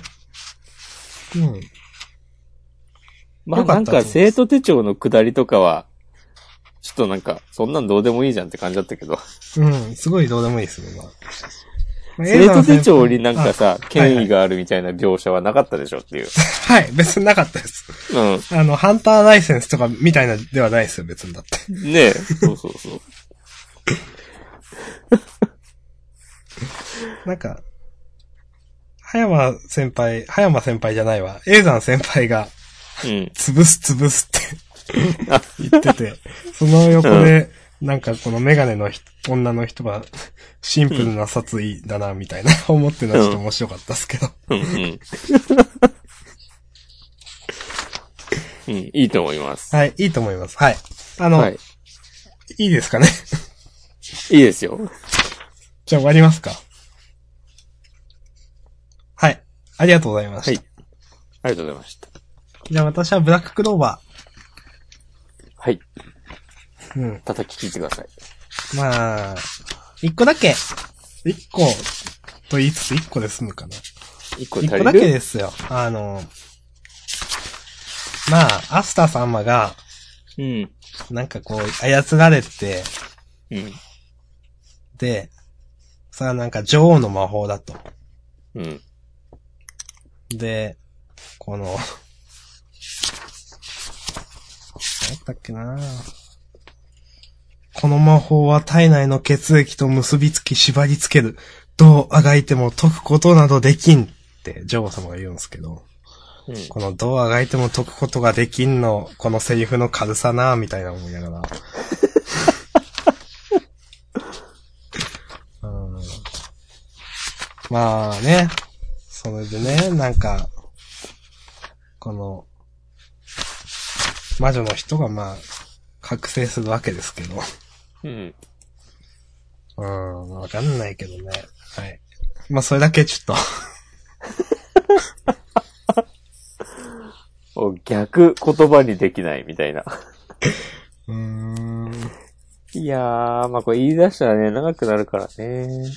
まあなんか生徒手帳の下りとかは、ちょっとなんか、そんなんどうでもいいじゃんって感じだったけど。 うん、すごいどうでもいいですね。 まあ、生徒手帳になんかさ、権威があるみたいな描写はなかったでしょっていう。 はい、別になかったです。うん。あの、ハンターライセンスとかみたいなではないですよ、別にだって。 ねえ、そうそうそう。 なんか、葉山先輩、葉山先輩じゃないわ、永山先輩が、うん、潰す潰すって言ってて、その横で、うん、なんかこのメガネの女の人は、シンプルな殺意だな、みたいな、うん、思ってるのはちょっと面白かったですけど。 うん、うんうん、いいと思います。 はい、いいと思います。はい。あの、はい、いいですかね。 いいですよ。 じゃあ終わりますか。はい。ありがとうございました。はい。 ありがとうございました。 じゃあ私はブラッククローバー。はい。 うん。 叩き聞いてください。 まあ、一個だけ。一個と言いつつ一個で済むかな。 一個足りる？ 一個だけですよ。あの、まあ、アスタ様が、 うん。 なんかこう、操られて、 うん。 で、さあなんか女王の魔法だと。 うん。 で、この、なんだっけな、この魔法は体内の血液と結びつき縛り付ける。どうあがいても解くことなどできんって女王様が言うんですけど、うん、このどうあがいても解くことができんの、このセリフの軽さなみたいな思いながら。うん、まあね、それでね、なんか、 この、魔女の人がまあ、覚醒するわけですけど。 うん。 うーん、わかんないけどね。はい。まあ、それだけちょっと。逆言葉にできないみたいな。 うーん。 いやー、まあこれ言い出したらね、長くなるからね。い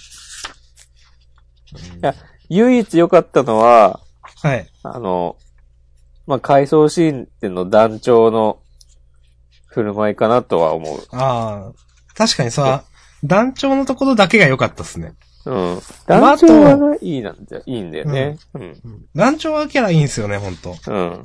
や、唯一良かったのは、 はい。 あの、まあ回想シーンでの団長の振る舞いかなとは思う。 ああ、確かにさ、団長のところだけが良かったっすね。 うん。団長は、ね、いいなんだよ、いいんだよね。うん。うん、 団長はキャラいいんすよね、ほんと。 うん。うん、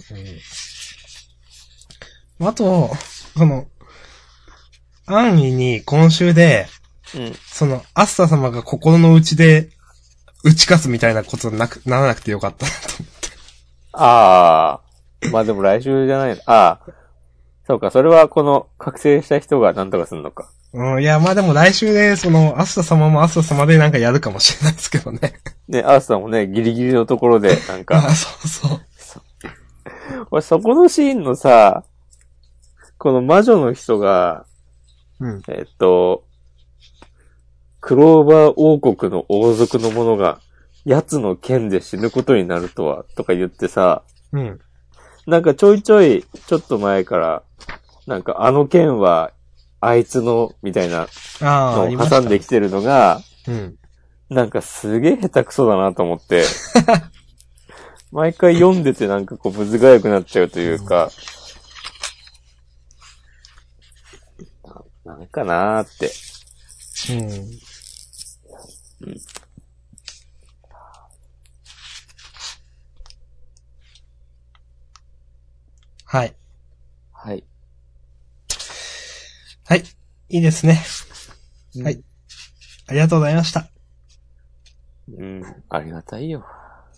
あと、その、安易に今週で、うん、その、アスタ様が心の内で打ち勝つみたいなことなく、ならなくてよかったなと思って。 ああ。まあでも来週じゃないの。ああ。そうか、それはこの覚醒した人が何とかするのか。 うん、いや、まあでも来週で、その、アスタ様もアスタ様でなんかやるかもしれないですけどね。 ね、アスタもね、ギリギリのところで、なんか。 あ、そうそう。 そう。俺、そこのシーンのさ、この魔女の人が、 うん、 えっと、クローバー王国の王族の者が、奴の剣で死ぬことになるとは、とか言ってさ、 うん。 なんかちょいちょい、ちょっと前から、なんかあの剣は、あいつの、みたいなのを挟んできてるのが、 うん、 なんかすげえ下手くそだなと思って、毎回読んでてなんかこう、むずがゆくなっちゃうというか、うん、な, なんかなーって。 うん。 うん。 はい。 はい。 はい。いいですね。 うん、 はい。ありがとうございました。 うん。ありがたいよ。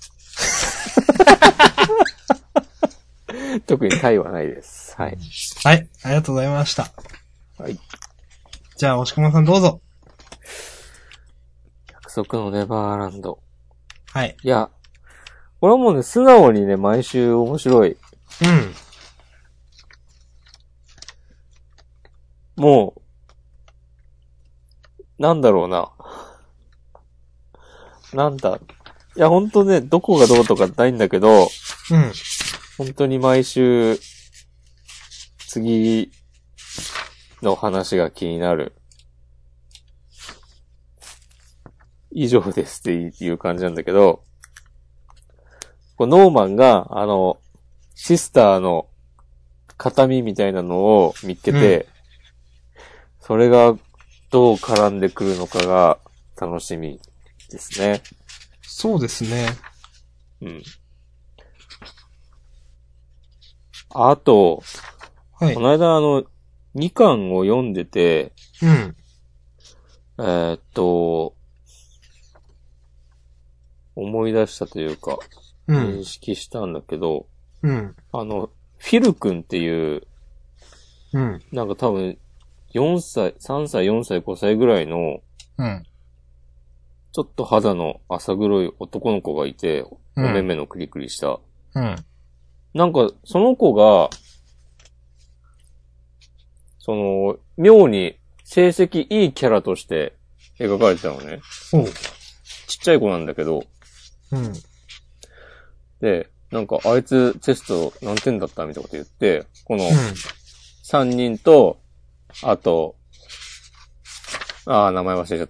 特に対はないです。はい。 はい。ありがとうございました。 はい。 じゃあ、押し込まさんどうぞ。 約束のネバーランド。 はい。 いや、これはもうね、素直にね、毎週面白い。 うん。 もう、なんだろうな。なんだ。いや、ほんとね、どこがどうとかないんだけど、うん。本当に毎週、次の話が気になる。以上ですっていう感じなんだけど、こうノーマンが、あの、シスターの形見みたいなのを見つけて、うん、それがどう絡んでくるのかが楽しみですね。 そうですね。 うん。あと、はい、この間あの、にかんを読んでて、 うん。 えー、っと、思い出したというか、うん、認識したんだけど、 うん。 あの、フィル君っていう、 うん。 なんか多分、よんさい、さんさい、よんさい、ごさいぐらいの、 うん。 ちょっと肌の浅黒い男の子がいて、お目目のクリクリした。 うん。 なんか、その子が、その、妙に成績いいキャラとして描かれてたのね。 うん。 ちっちゃい子なんだけど。 うん。 で、なんか、あいつテスト何点だったみたいなこと言って、この、さんにんと、あと、ああ、名前忘れちゃった。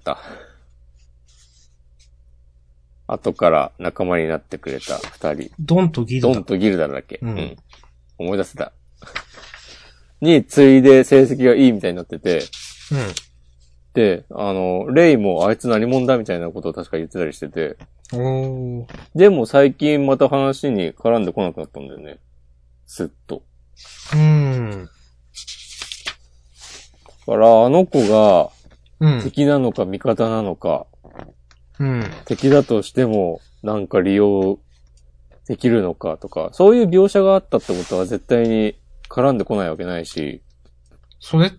後から仲間になってくれた二人。 ドンとギルダ。 ドンとギルダだっけ、 うん、 うん。思い出せた。に、ついで成績がいいみたいになってて。 うん。 で、あの、レイもあいつ何者だみたいなことを確か言ってたりしてて。 おー。 でも最近また話に絡んでこなくなったんだよね。すっと。 うーん。 だから、あの子が、 うん。 敵なのか味方なのか。 うん。 敵だとしても、なんか利用できるのかとか、そういう描写があったってことは絶対に絡んでこないわけないし。 それって、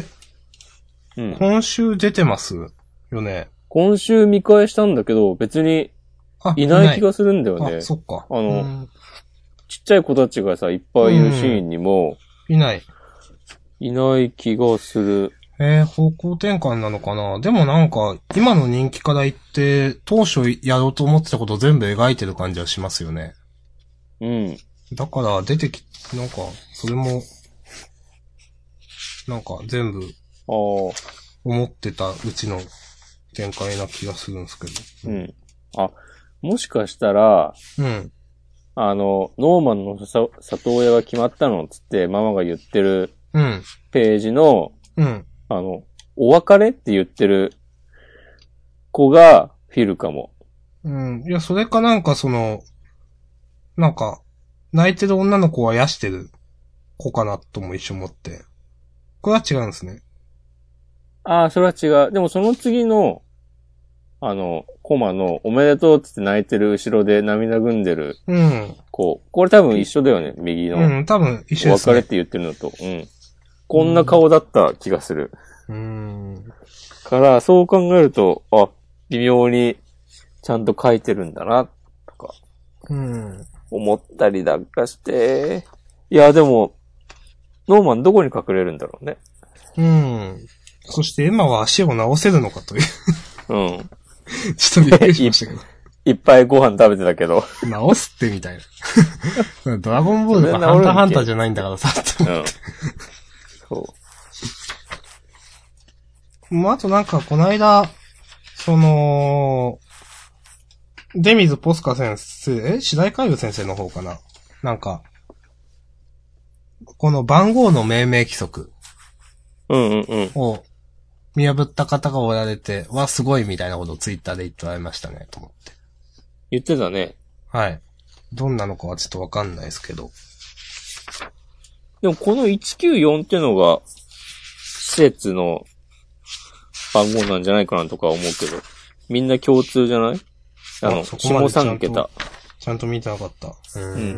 うん、 今週出てますよね。 今週見返したんだけど、別にいない気がするんだよね。 あ、そっか。 あの、 ちっちゃい子たちがさ、いっぱいいるシーンにも、 いない。 いない気がする。 えー、方向転換なのかな。でもなんか、今の人気から言って、当初やろうと思ってたことを全部描いてる感じはしますよね。 うん。 だから出てき、なんか、それも、なんか全部、思ってたうちの展開な気がするんですけど。 うん。あ、もしかしたら、 うん。 あの、ノーマンの里親が決まったのっつってママが言ってるうん。 ページの、 うん。 あの、お別れって言ってる子がフィルかも。 うん。いや、それかなんかその、なんか、泣いてる女の子は癒してる子かなとも一緒思って。これは違うんですね。 ああ、それは違う。でもその次の、あの、コマのおめでとうっつって泣いてる後ろで涙ぐんでるうん。 子。これ多分一緒だよね、右の。 うん、多分一緒おですね。 別れって言ってるのと。うん。こんな顔だった気がする。 うーん。 から、そう考えると、あ、微妙にちゃんと書いてるんだな、とか、 うん。 思ったりなんかして。いや、でも、ノーマンどこに隠れるんだろうね。 うん。そしてエマは足を治せるのかという。 うん。 ちょっとびっくりしましたけど。 いっぱいご飯食べてたけど。 治すってみたいな。ドラゴンボールはハンターハンターじゃないんだからさ、って思って。 うん。そう。 もうあとなんかこの間、その、出水ポスカ先生、え白井海部先生の方かななんか、この番号の命名規則うんうんうん。 を見破った方がおられて、わ、すごいみたいなことをツイッターで言っておられましたね、と思って。 言ってたね。 はい。どんなのかはちょっとわかんないですけど。 でもこのいちきゅうよんってのが、施設の番号なんじゃないかなとか思うけど、みんな共通じゃない？あの、下さん桁。 ちゃんと見てなかった。うーん。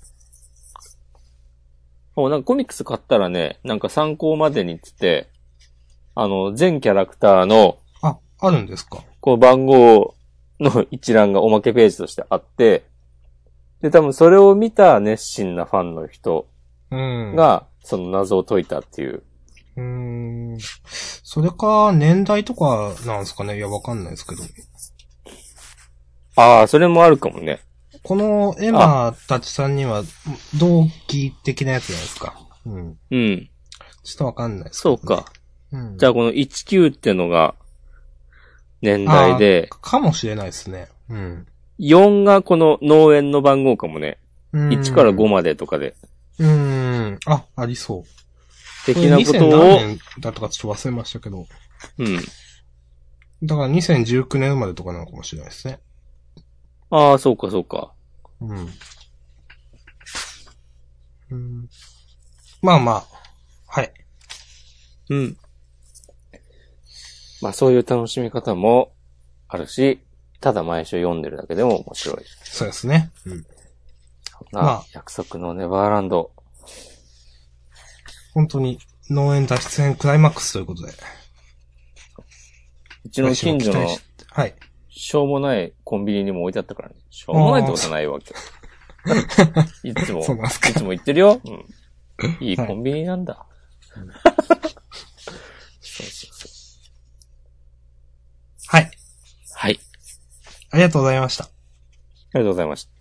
うん。なんかコミックス買ったらね、なんか参考までにつって、あの、全キャラクターの、 あ、あるんですか？ こう番号の一覧がおまけページとしてあって、で、多分それを見た熱心なファンの人が、その謎を解いたっていう。 うーん。それか、年代とかなんですかね？いや、わかんないですけど。 ああ、それもあるかもね。 このエマたちさんには、同期的なやつじゃないですか。うん。 うん。 ちょっとわかんないですけど、ね。そうか。 うん。 じゃあこのいちきゅうってのが、年代で。 かもしれないですね。うん。 よんがこの農園の番号かもね。いちからごまでとかで。 うーん。あ、ありそう。 的なことを。 にせん何年だとかちょっと忘れましたけど。 うん。 だからにせんじゅうきゅうねん生まれとかなのかもしれないですね。 ああ、そうかそうか。 うん。うん。まあまあ。はい。 うん。まあそういう楽しみ方もあるし、ただ毎週読んでるだけでも面白い。 そうですね。うん。 まあ、約束のネバーランド。 本当に農園脱出編クライマックスということで。 うちの近所の、 はい。 しょうもないコンビニにも置いてあったからね。しょうもないってことないわけ。いつも、いつも言ってるよ。うん。いいコンビニなんだ。はい、そうそうそう。 はい。 はい。 ありがとうございました。ありがとうございました。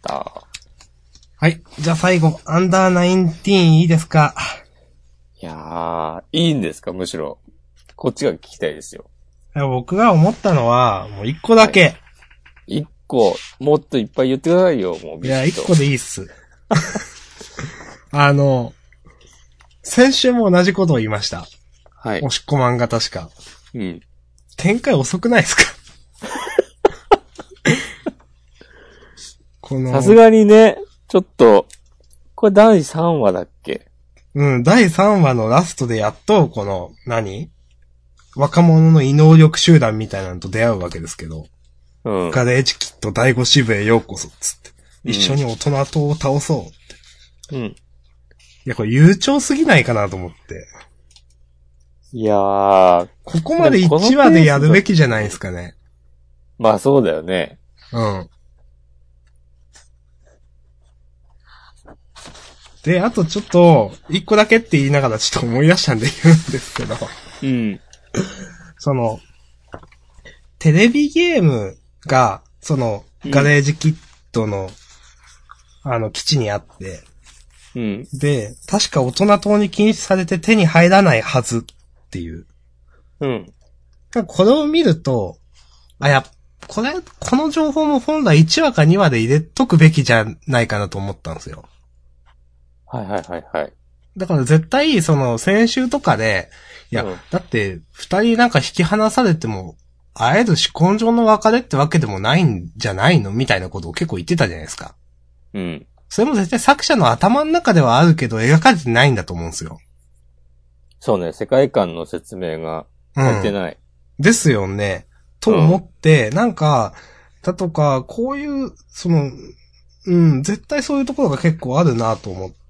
はい。じゃあ最後、アンダーナインティーンいいですか？ いやー、いいんですか？むしろ。こっちが聞きたいですよ。 僕が思ったのは、もう一個だけ。 一、はい、個、もっといっぱい言ってくださいよ、もう。 いや、一個でいいっす。あの、先週も同じことを言いました。 はい。 おしっこ漫画確か。 うん。 展開遅くないですか？この。 さすがにね、ちょっと、これだいさんわだっけ？ うん、だいさんわのラストでやっと、この、何？若者の異能力集団みたいなのと出会うわけですけど。 うん。 ガレージキット第五支部へようこそ、つって。一緒に大人党を倒そうって。 うん。 いや、これ悠長すぎないかなと思って。 いやー。 ここまでいちわでやるべきじゃないですかね。 まあそうだよね。 うん。 で、あとちょっと、一個だけって言いながらちょっと思い出したんで言うんですけど。 うん。 その、テレビゲームが、その、ガレージキットの、うん、あの、基地にあって、 うん。 で、確か大人党に禁止されて手に入らないはずっていう。 うん。 これを見ると、あ、や、これ、この情報も本来いちわかにわで入れとくべきじゃないかなと思ったんですよ。 はいはいはいはい。 だから絶対、その、先週とかで、いや、うん、だって、二人なんか引き離されても、会える至根性の別れってわけでもないんじゃないのみたいなことを結構言ってたじゃないですか。 うん。 それも絶対作者の頭の中ではあるけど、描かれてないんだと思うんですよ。 そうね、世界観の説明がされてない。 うん、ですよね。と思って、うん、なんか、だとか、こういう、その、うん、絶対そういうところが結構あるなと思って、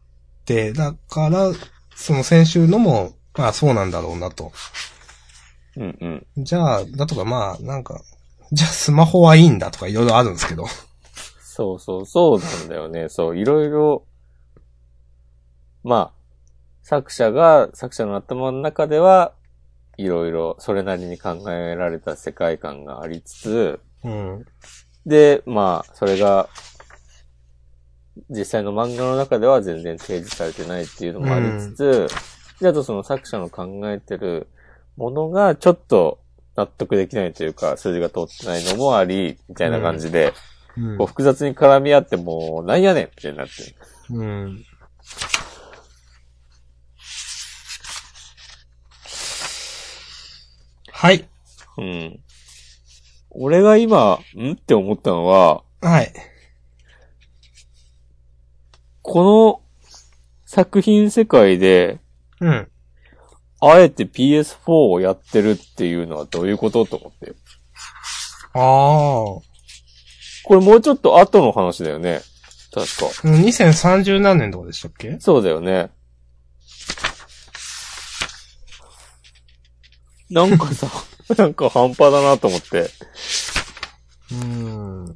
だから、その先週のも、まあそうなんだろうなと。 うんうん。 じゃあ、だとかまあ、なんか、じゃあスマホはいいんだとかいろいろあるんですけど。 そうそう、そうなんだよね。そう、いろいろ、まあ、作者が、作者の頭の中では、いろいろそれなりに考えられた世界観がありつつ、 うん、 で、まあ、それが、実際の漫画の中では全然提示されてないっていうのもありつつ、うん、で、あとその作者の考えてるものがちょっと納得できないというか、筋が通ってないのもあり、みたいな感じで、うん、こう複雑に絡み合ってもう、なんやねんみたいになってる。 うん。はい。 うん。俺が今、んって思ったのは、 はい。 この作品世界で、 うん。 あえて ピーエスフォー をやってるっていうのはどういうことと思って。 ああ。 これもうちょっと後の話だよね。確か。 にせんさんじゅう何年とかでしたっけ？ そうだよね。なんかさ、なんか半端だなと思って。 うーん。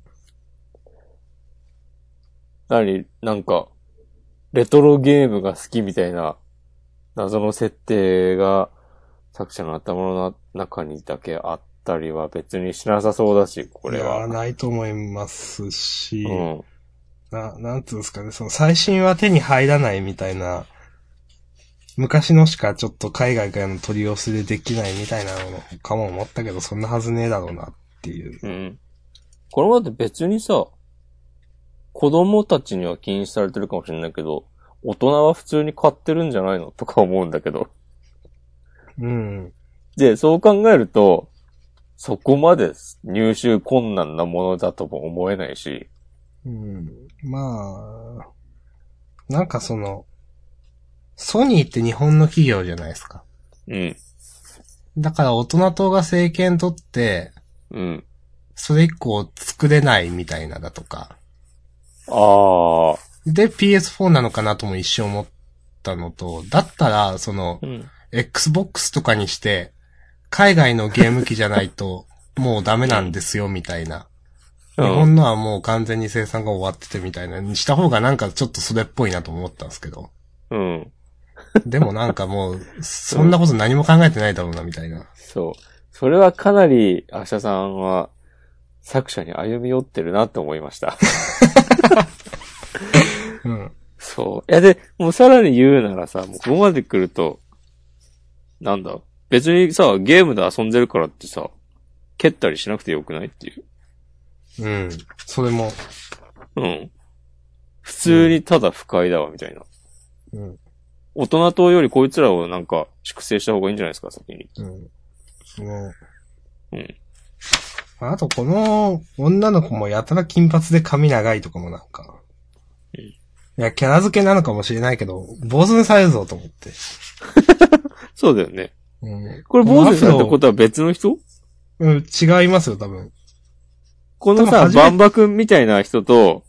何なんか、レトロゲームが好きみたいな謎の設定が作者の頭の中にだけあったりは別にしなさそうだし、これは。 いや、ないと思いますし、 うん。 な、なんつうんですかね、その最新は手に入らないみたいな、昔のしかちょっと海外からの取り寄せでできないみたいなのかも思ったけど、そんなはずねえだろうなっていう。 うん。これまで別にさ、子供たちには禁止されてるかもしれないけど、大人は普通に買ってるんじゃないのとか思うんだけど。 うん。 で、そう考えると、そこまで入手困難なものだとも思えないし。 うん。まあ、なんかその、ソニーって日本の企業じゃないですか。 うん。 だから大人党が政権取って、 うん。 それ以降作れないみたいなだとか。 ああ。 で ピーエスフォー なのかなとも一瞬思ったのと、だったら、その、うん、Xbox とかにして、海外のゲーム機じゃないと、もうダメなんですよ、みたいな。うん、日本のはもう完全に生産が終わっててみたいなにした方がなんかちょっとそれっぽいなと思ったんですけど。 うん。 でもなんかもう、そんなこと何も考えてないだろうな、みたいな。 そう。それはかなり、アシャさんは、作者に歩み寄ってるなって思いました。 うん。 そう。いやで、もうさらに言うならさ、もうここまで来ると、なんだ、別にさ、ゲームで遊んでるからってさ、蹴ったりしなくてよくないっていう。 うん。それも。 うん。普通にただ不快だわ、みたいな。 うん。 大人党よりこいつらをなんか、粛清した方がいいんじゃないですか、先に。 うん。その、 うん。 あとこの女の子もやたら金髪で髪長いとかもなんか。うん。いや、キャラ付けなのかもしれないけど、坊主にされるぞと思って。 そうだよね。 うん。 これ坊主にされたことは別の人？ うん、違いますよ、多分。 このさ、バンバ君みたいな人と、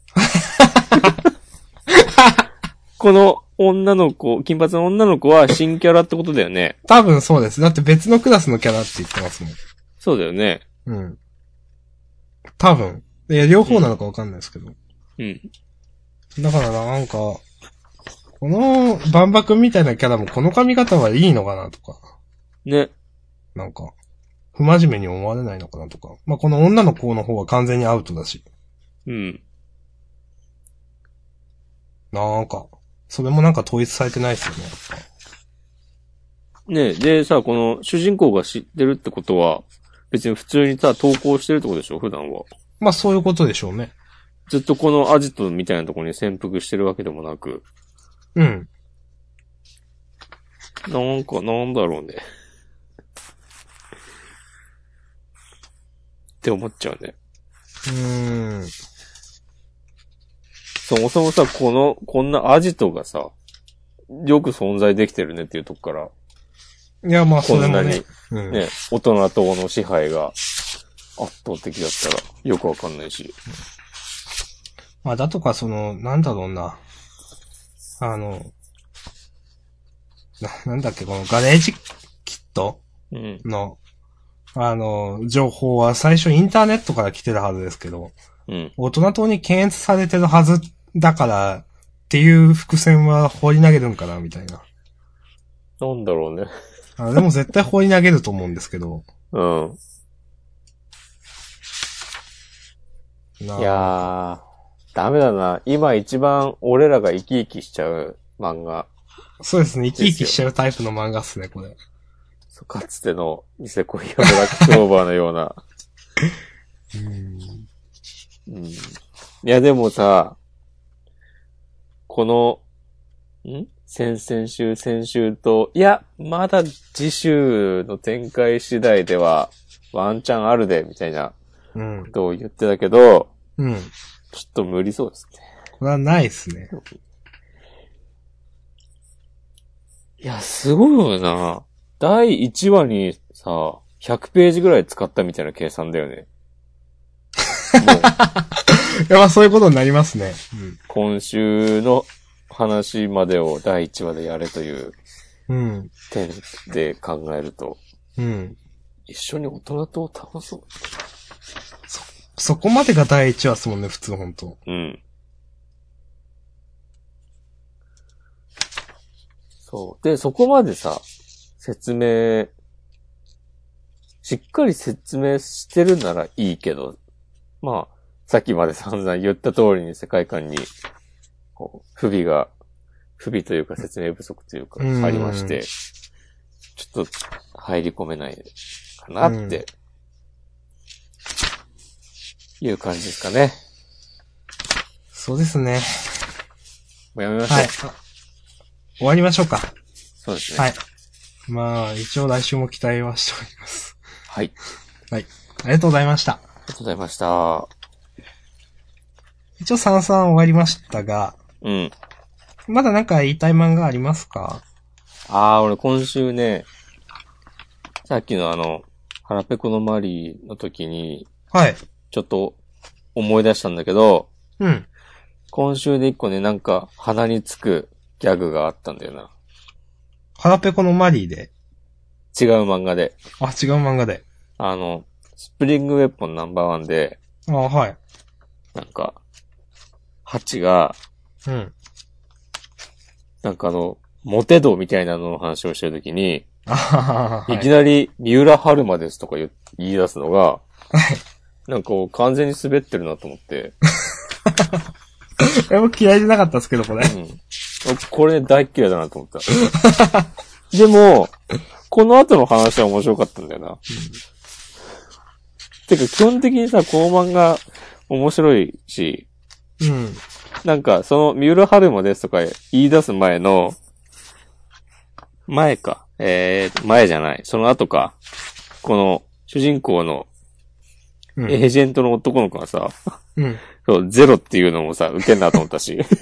この女の子、金髪の女の子は新キャラってことだよね。 多分そうです。だって別のクラスのキャラって言ってますもん。 そうだよね。 うん。多分。いや、両方なのかわかんないですけど。 うん。 だからなんか、ここのバンバ君みたいなキャラもこの髪型はいいのかなとか。 ね。 なんか、不真面目に思われないのかなとか。まあ、この女の子の方は完全にアウトだし。 うん。 なんか、それもなんか統一されてないですよねね。 でさ、この主人公が知ってるってことは、別に普通にさ、投稿してるってことでしょ普段は。 まあ、そういうことでしょうね。 ずっとこのアジトみたいなところに潜伏してるわけでもなく。 うん。 なんか、なんだろうね。って思っちゃうね。 うーん。 そもそもさ、この、こんなアジトがさ、よく存在できてるねっていうとこから、 いや、まあ、そこんなに、 れもね。 ね、 うん、 大人党の支配が圧倒的だったらよくわかんないし。 まあ、だとか、その、なんだろうな。あの、な、なんだっけ、このガレージキットうん。 の、あの、情報は最初インターネットから来てるはずですけど、 うん。 大人党に検閲されてるはずだからっていう伏線は放り投げるんかなみたいな。 なんだろうね。 あでも絶対放り投げると思うんですけど。 うん。いやー、ダメだな。今一番俺らが生き生きしちゃう漫画。 そうですね。生き生きしちゃうタイプの漫画っすね、これ。 かつてのニセコイやブラッククローバーのような。 うーん。 うん。いやでもさ、この、ん先々週、先週と、いや、まだ次週の展開次第では、ワンチャンあるで、みたいな、ことを言ってたけど、 うん。 ちょっと無理そうですね。 これはないっすね。 いや、すごいよな。だいいちわにさ、ひゃくページぐらい使ったみたいな計算だよね。 いや、まあそういうことになりますね。うん、 今週の話までをだいいちわでやれという点で考えると、 うん、 一緒に大人と倒そう。 そ、そこまでがだいいちわですもんね、普通ほんと。 うん。そう。で、そこまでさ、説明、しっかり説明してるならいいけど、まあ、さっきまで散々言った通りに世界観に、こう、不備が、不備というか説明不足というか、ありまして、ちょっと入り込めないかなって、いう感じですかね。 そうですね。 もうやめましょう。 はい。終わりましょうか。 そうですね。 はい。まあ、一応来週も期待はしております。 はい。 はい。ありがとうございました。ありがとうございました。 一応さんさん終わりましたが、 うん。 まだなんか言いたい漫画ありますか？ あー、俺今週ね、さっきのあの、腹ペコのマリーの時に、 はい。 ちょっと思い出したんだけど、 うん。 今週で一個ね、なんか鼻につくギャグがあったんだよな。 腹ペコのマリーで。 違う漫画で。 あ、違う漫画で。 あの、スプリングウェポンナンバーワンで、 あ、はい。 なんか、ハチが、 うん。 なんかあの、モテ度みたいなのの話をしてるときに、 あははは、 いきなり、三浦春馬ですとか言い出すのが、 はい。 なんか完全に滑ってるなと思って。 え、僕嫌いじゃなかったですけど、これ。 うん。これ大っ嫌いだなと思った。でも、この後の話は面白かったんだよな。うん、てか、基本的にさ、この漫画面白いし、 うん。 なんか、その、三浦春馬ですとか言い出す前の、前か。えー、前じゃない。その後か。この、主人公の、エージェントの男の子がさ、 うん。 そう、ゼロっていうのもさ、受けんなと思ったし。ね、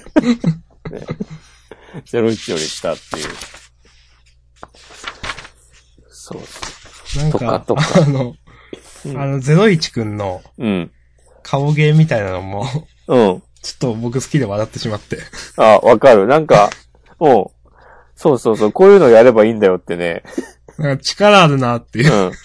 ゼロイチより下っていう。そう。 なんか、 とかとかあの、うん、あの、ゼロイチくんの、 うん。 顔芸みたいなのも、 うん。 ちょっと僕好きで笑ってしまって。 あ、わかる。なんか、もう、そうそうそう、こういうのやればいいんだよってね。 なんか力あるなっていう。うん。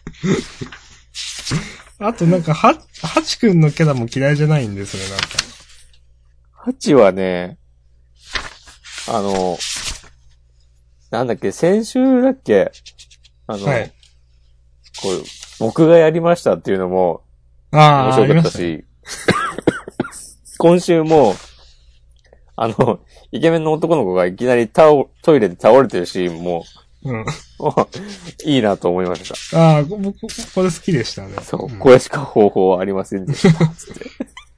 あとなんか、は、ハチくんのキャラも嫌いじゃないんですね、なんか。 ハチはね、 あの、なんだっけ、先週だっけあの、 はい。 こう、僕がやりましたっていうのもああ、 面白かったし、 ありま今週も、あの、イケメンの男の子がいきなり倒トイレで倒れてるシーンも、 うん。 もういいなと思いました。 ああ、僕、これ好きでしたね。 そう、 ん、 これしか方法はありませんでした。つって。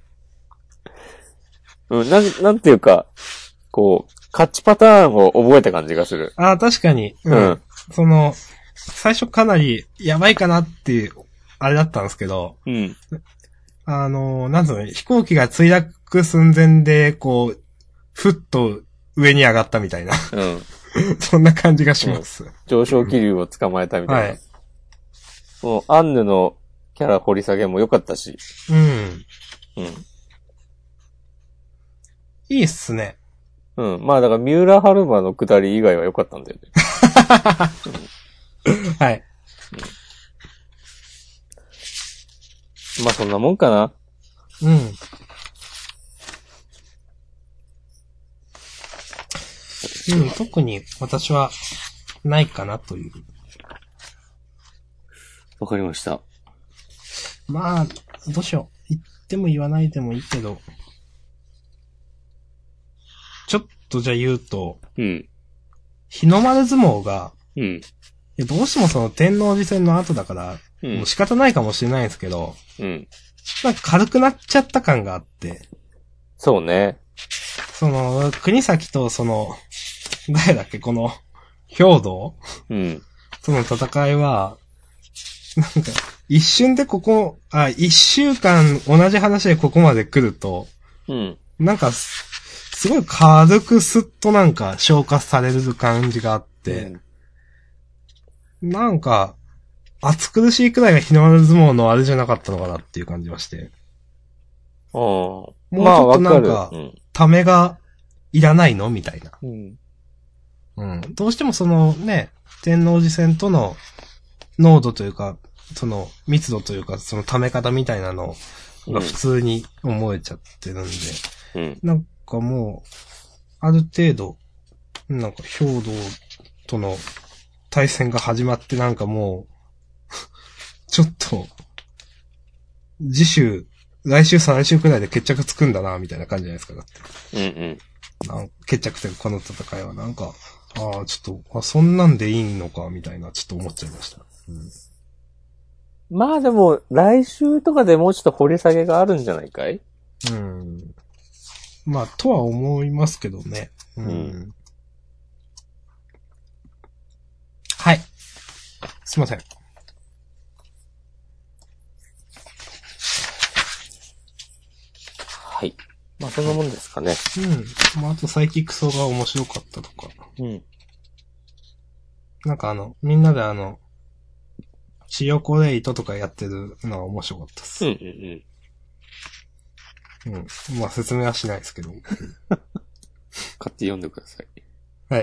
うん、なん、なんていうか、こう、勝ちパターンを覚えた感じがする。 ああ、確かに。うん。 うん。 その、最初かなりやばいかなっていう、あれだったんですけど、 うん。 あの、なんつうの、飛行機が墜落寸前で、こう、ふっと上に上がったみたいな。 うん。 そんな感じがします。うん、 上昇気流を捕まえたみたいな。はい。もう、アンヌのキャラ掘り下げも良かったし。 うん。うん。いいっすね。 うん。まあだから、三浦春馬の下り以外は良かったんだよね。 うん、はい。 うん、まあそんなもんかな。 うん。うん、特に私はないかなという。 わかりました。 まあ、どうしよう。言っても言わないでもいいけど。ちょっとじゃあ言うと。 うん。 日の丸相撲が。 うん。 いやどうしてもその天王寺戦の後だから、うん、もう仕方ないかもしれないんですけど。 うん。 なんか軽くなっちゃった感があって。 そうね。 その、国崎とその、誰だっけ、この、兵道うん。 その戦いは、なんか、一瞬でここ、あ、一週間同じ話でここまで来ると、 うん。 なんかす、すごい軽くスッとなんか消化される感じがあって、うん、なんか、暑苦しいくらいが日の丸相撲のあれじゃなかったのかなっていう感じまして。 ああ。 もうちょっとなんか、まあ、ためがいらないのみたいな。 うんうん。どうしてもそのね、天王寺戦との濃度というか、その密度というか、その溜め方みたいなのが普通に思えちゃってるんで、うん、なんかもう、ある程度、なんか兵道との対戦が始まってなんかもう、ちょっと、次週、来週再来週くらいで決着つくんだな、みたいな感じじゃないですか、だって。うんうん。なんか決着点、この戦いはなんか、ああ、ちょっと、あ、そんなんでいいのか、みたいな、ちょっと思っちゃいました。うん、 まあでも、来週とかでもうちょっと掘り下げがあるんじゃないかい？ うん。まあ、とは思いますけどね。うん。うん、はい。すいません。 はい。まあ、そんなもんですかね。 うん。まあ、あと、サイキック層が面白かったとか。うん。なんかあの、みんなであの、チヨコレイトとかやってるのが面白かったっす。うんうんうん。うん。まあ、説明はしないですけど。買って読んでください。 はい。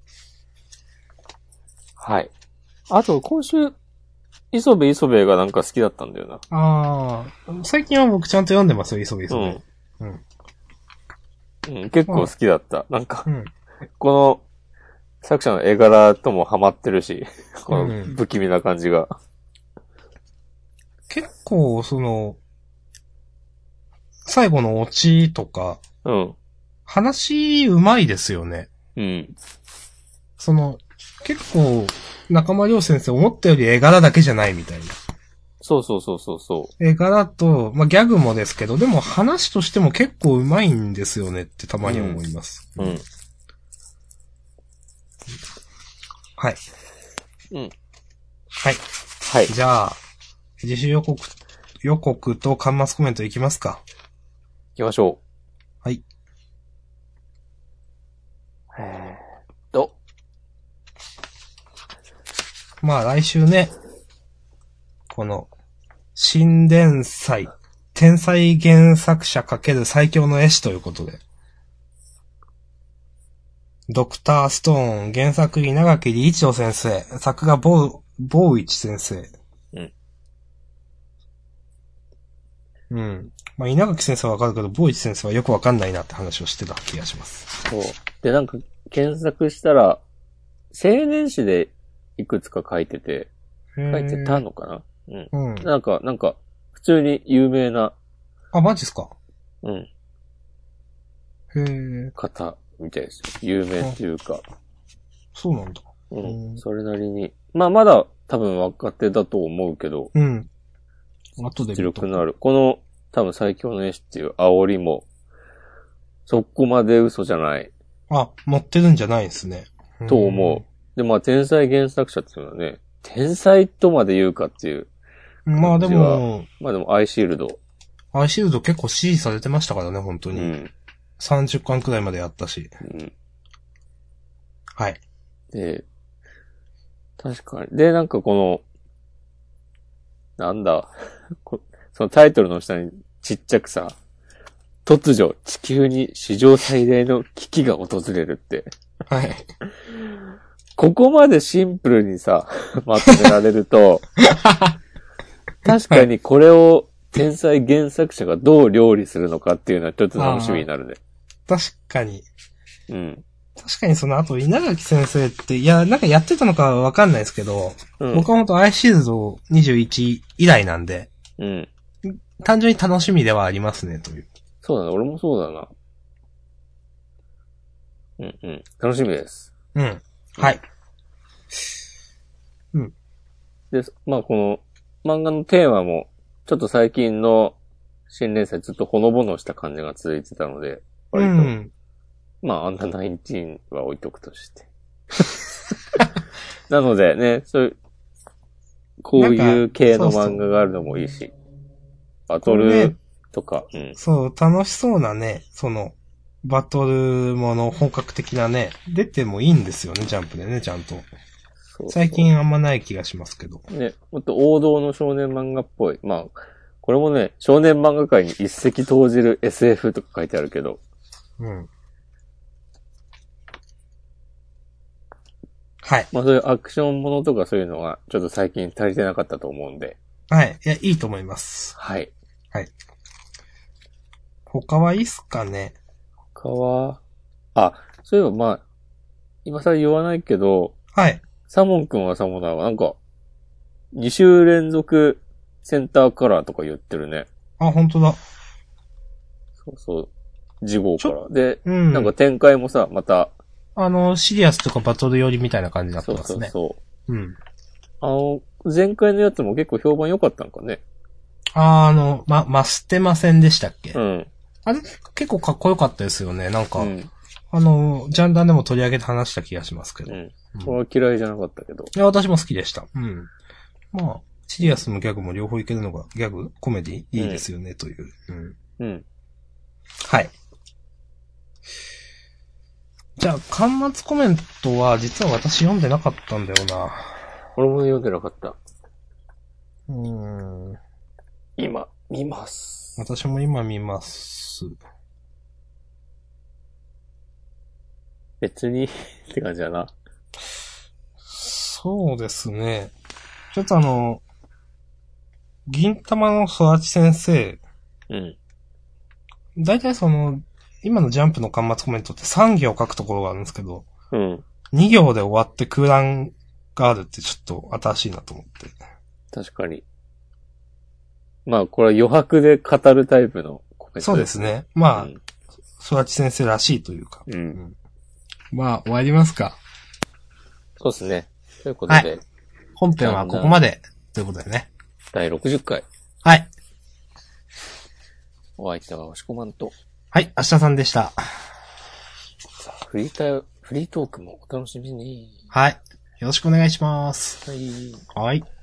はい。あと、今週、磯部磯部がなんか好きだったんだよな。 ああ、最近は僕ちゃんと読んでますよ、磯部磯部。うん。 うん。うん、結構好きだった。なんか、うん、この、作者の絵柄ともハマってるし、この不気味な感じが。うん、 結構、その、最後のオチとか、うん。話うまいですよね。うん。その、結構、中間良先生思ったより絵柄だけじゃないみたいな。 そうそうそうそうそう。 絵柄と、まあ、ギャグもですけど、でも話としても結構うまいんですよねってたまに思います。うん。うん、はい。うん。はい。はい。じゃあ、自主予告、予告と端末コメントいきますか。 行きましょう。はい。 えーっと。 まあ来週ね、この、新伝祭、天才原作者×最強の絵師ということで。ドクターストーン、原作稲垣理一郎先生、作画坊、坊一先生。うん。うん。まあ稲垣先生はわかるけど、坊一先生はよくわかんないなって話をしてた気がします。 そう。 で、なんか検索したら、青年誌でいくつか書いてて、書いてたのかな。うん。うん。なんか、なんか、普通に有名な。 あ、マジっすか？ うん。 へー。 方、みたいですよ。有名っていうか。 そうなんだ。 うん。それなりに。まあ、まだ多分若手だと思うけど。 うん。後で実力のある。この、多分最強の絵師っていう煽りも、そこまで嘘じゃない。 あ、持ってるんじゃないですね。 と思う。で、まあ、天才原作者っていうのはね、天才とまで言うかっていう。 まあでも、 まあでも、アイシールド。 アイシールド結構支持されてましたからね、本当に。うん。さんじゅっかんくらいまでやったし。うん。はい。 で、確かに。で、なんかこの、なんだ、そのタイトルの下にちっちゃくさ、突如地球に史上最大の危機が訪れるって。 はい。 ここまでシンプルにさ、まとめられると、確かにこれを天才原作者がどう料理するのかっていうのはちょっと楽しみになるね。 確かに。 うん。 確かにその後稲垣先生って、いや、なんかやってたのかわかんないですけど、うん、僕はほんとアイシールドにじゅういち以来なんで、うん。単純に楽しみではありますね、という。 そうだね、俺もそうだな。うんうん。楽しみです。 うん。はい。うん。 で、まあこの漫画のテーマも、ちょっと最近の新連載ずっとほのぼのした感じが続いてたので、割と。うん、まあ、アンダーナインティーンは置いとくとして。なのでね、そういう、こういう系の漫画があるのもいいし、バトルとか、 ね、うん。そう、楽しそうなね、その、バトルもの本格的なね、出てもいいんですよね、ジャンプでね、ちゃんと。そうそう、最近あんまない気がしますけど。 ね、もっと王道の少年漫画っぽい。まあ、これもね、少年漫画界に一石投じる エスエフ とか書いてあるけど。うん。はい。まあそういうアクションものとかそういうのは、ちょっと最近足りてなかったと思うんで。 はい。いや、いいと思います。 はい。 はい。他はいいっすかね？ 他は、あ、そういえばまあ、今更言わないけど、 はい。 サモン君はサモナーはなんか、に週連続センターカラーとか言ってるね。 あ、本当だ。 そうそう。次号から。で、うん、なんか展開もさ、また、 あの、シリアスとかバトル寄りみたいな感じになってますね。 そうそうそう。うん。あの、前回のやつも結構評判良かったのかね。 あ、あの、ま、マステマ戦でしたっけ？うん。あれ、結構かっこよかったですよね。なんか、うん、あの、ジャンダンでも取り上げて話した気がしますけど。うん。 これは嫌いじゃなかったけど。 いや、私も好きでした。うん。まあ、シリアスもギャグも両方いけるのが、ギャグコメディいいですよね、うん、という。うん。うん。はい。じゃあ、端末コメントは、実は私読んでなかったんだよな。 俺も読んでなかった。 うーん。 今、見ます。 私も今見ます。 別にって感じだな。 そうですね。ちょっとあの、銀玉の育ち先生。うん。だいたいその、今のジャンプの端末コメントってさん行書くところがあるんですけど。うん。に行で終わって空欄があるってちょっと新しいなと思って。 確かに。まあこれは余白で語るタイプのコメントですね。 そうですね。まあ、うん、育ち先生らしいというか。うん。うん、まあ終わりますか。 そうですね。ということで。はい、 本編はここまでということでね。 だいろくじゅっかい。 はい。 お相手は押し込まんと。 はい、明日さんでした。 さあ、フリータイ、フリートークもお楽しみに。 はい。よろしくお願いします。 はい。 はい。